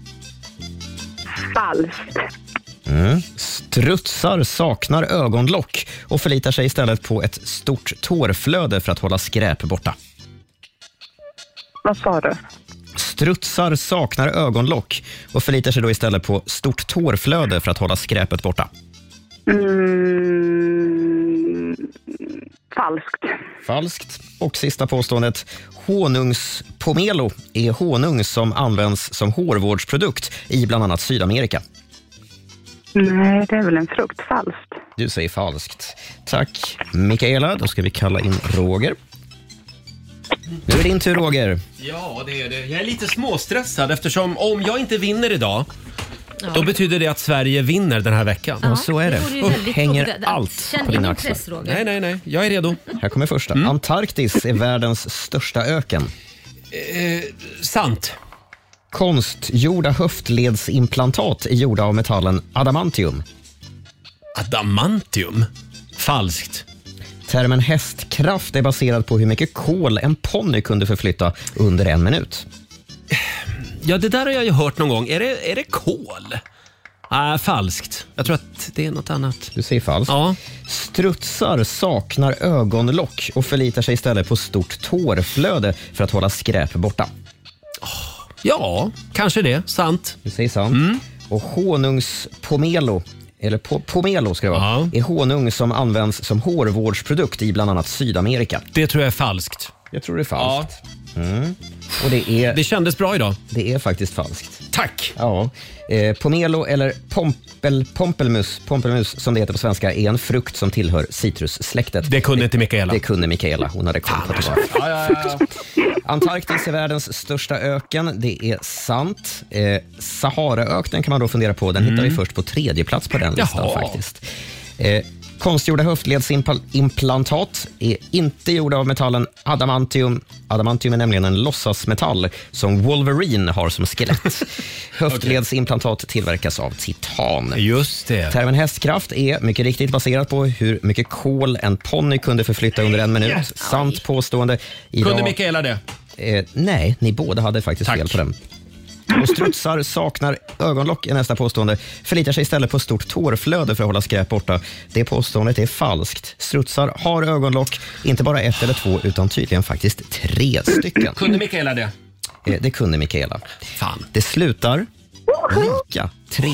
Falskt. Strutsar saknar ögonlock och förlitar sig istället på ett stort tårflöde för att hålla skräp borta. Vad sa du? Strutsar saknar ögonlock och förlitar sig då istället på stort tårflöde för att hålla skräpet borta. Falskt. Falskt. Och sista påståendet. Honungspomelo är honung som används som hårvårdsprodukt i bland annat Sydamerika. Nej, det är väl en frukt. Falskt. Du säger falskt. Tack, Mikaela. Då ska vi kalla in Roger. Nu är det din tur, Roger. Ja, det är det. Jag är lite småstressad eftersom om jag inte vinner idag, då betyder det att Sverige vinner den här veckan. Ja, så är det. Hänger allt på dina axlar. Nej. Jag är redo. Här kommer första. Antarktis är världens största öken. Sant. Konstgjorda höftledsimplantat är gjorda av metallen adamantium. Adamantium? Falskt. Termen hästkraft är baserad på hur mycket kol en ponny kunde förflytta under 1 minut. Ja, det där har jag ju hört någon gång. Är det kol? Falskt. Jag tror att det är något annat. Du säger falskt. Ja. Strutsar saknar ögonlock och förlitar sig istället på stort tårflöde för att hålla skräp borta. Ja, kanske det. Sant. Du säger sant. Och honungspomelo, eller pomelo ska det vara, är honung som används som hårvårdsprodukt i bland annat Sydamerika. Det tror jag är falskt. Jag tror det är falskt. Och det kändes bra idag. Det är faktiskt falskt. Tack! Ja. Pomelo eller pompelmus som det heter på svenska är en frukt som tillhör citrussläktet. Det kunde inte Mikaela. Det kunde Mikaela. Hon hade koll på det. Ja. Antarktis är världens största öken. Det är sant. Saharaöknen kan man då fundera på. Den hittar vi först på 3:e plats på den listan faktiskt. Konstgjorda höftledsimplantat är inte gjorda av metallen adamantium. Adamantium är nämligen en låtsasmetall som Wolverine har som skelett. Höftledsimplantat tillverkas av titan. Just det. Termen hästkraft är mycket riktigt baserat på hur mycket kol en ponny kunde förflytta under 1 minut. Sant påstående. Kunde Mikaela det? Nej, ni båda hade faktiskt fel på den. Och strutsar saknar ögonlock är nästa påstående. Förlitar sig istället på stort tårflöde för att hålla skräp borta. Det påståendet är falskt. Strutsar har ögonlock, inte bara 1 eller 2 utan tydligen faktiskt 3 stycken. Kunde Mikaela det? Det kunde Mikaela. Fan. Det slutar lika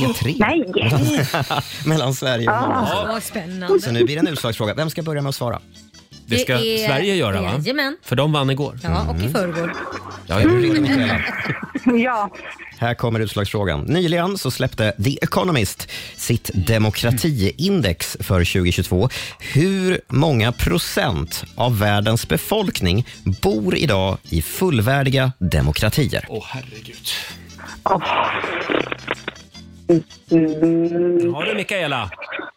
3-3 mellan Sverige och Norge. Spännande. Så nu blir det en utslagsfråga. Vem ska börja med att svara? Det ska Sverige göra, va? Jajamän. För de vann igår. Ja, och i förrgår. Ja, är du redo, Mikaela? Ja. Här kommer utslagsfrågan. Nyligen så släppte The Economist sitt demokratiindex för 2022. Hur många procent av världens befolkning bor idag i fullvärdiga demokratier? Herregud. Har du Mikaela?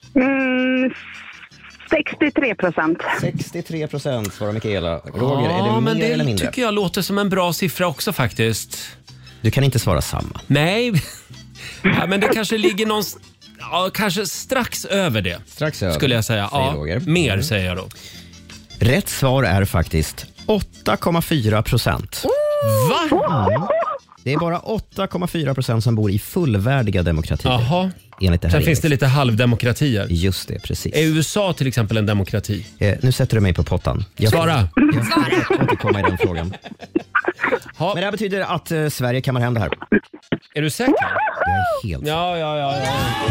63%. 63% svarar Mikaela. Roger, är det mer eller mindre? Det tycker jag låter som en bra siffra också faktiskt. Du kan inte svara samma. Nej, men det kanske ligger någon... Ja, kanske strax över det. Strax över. Skulle jag säga. Ja, mer säger jag då. Rätt svar är faktiskt 8,4%. Va? Det är bara 8,4% som bor i fullvärdiga demokratier. Jaha. Enligt det här Sen finns det lite halvdemokratier. Just det, precis. Är USA till exempel en demokrati? Nu sätter du mig på pottan. Svara. Jag får återkomma i den frågan. Men det här betyder att Sverige kammar hem det här. Är du säker? Jag är helt... Ja.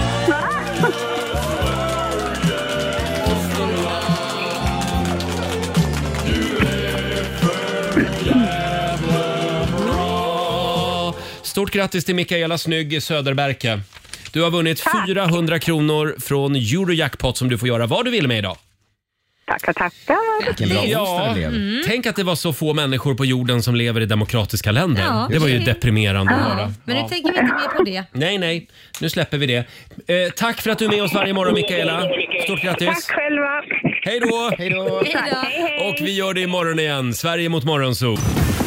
Stort grattis till Mikaela Snygg i Söderberke. Du har vunnit 400 kronor från Eurojackpot som du får göra vad du vill med idag. Tackar. Tänk att det var så få människor på jorden som lever i demokratiska länder. Ja, det var ju deprimerande att höra. Men nu tänker vi inte mer på det. Nej. Nu släpper vi det. Tack för att du är med oss varje morgon, Mikaela. Stort grattis. Tack själva. Hej då. Och vi gör det imorgon igen. Sverige mot Morgonzoo.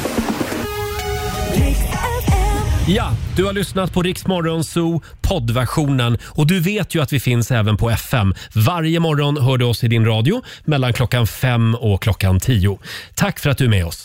Ja, du har lyssnat på Rix Morgonzoo poddversionen och du vet ju att vi finns även på FM. Varje morgon hör du oss i din radio mellan klockan 5 och klockan 10. Tack för att du är med oss.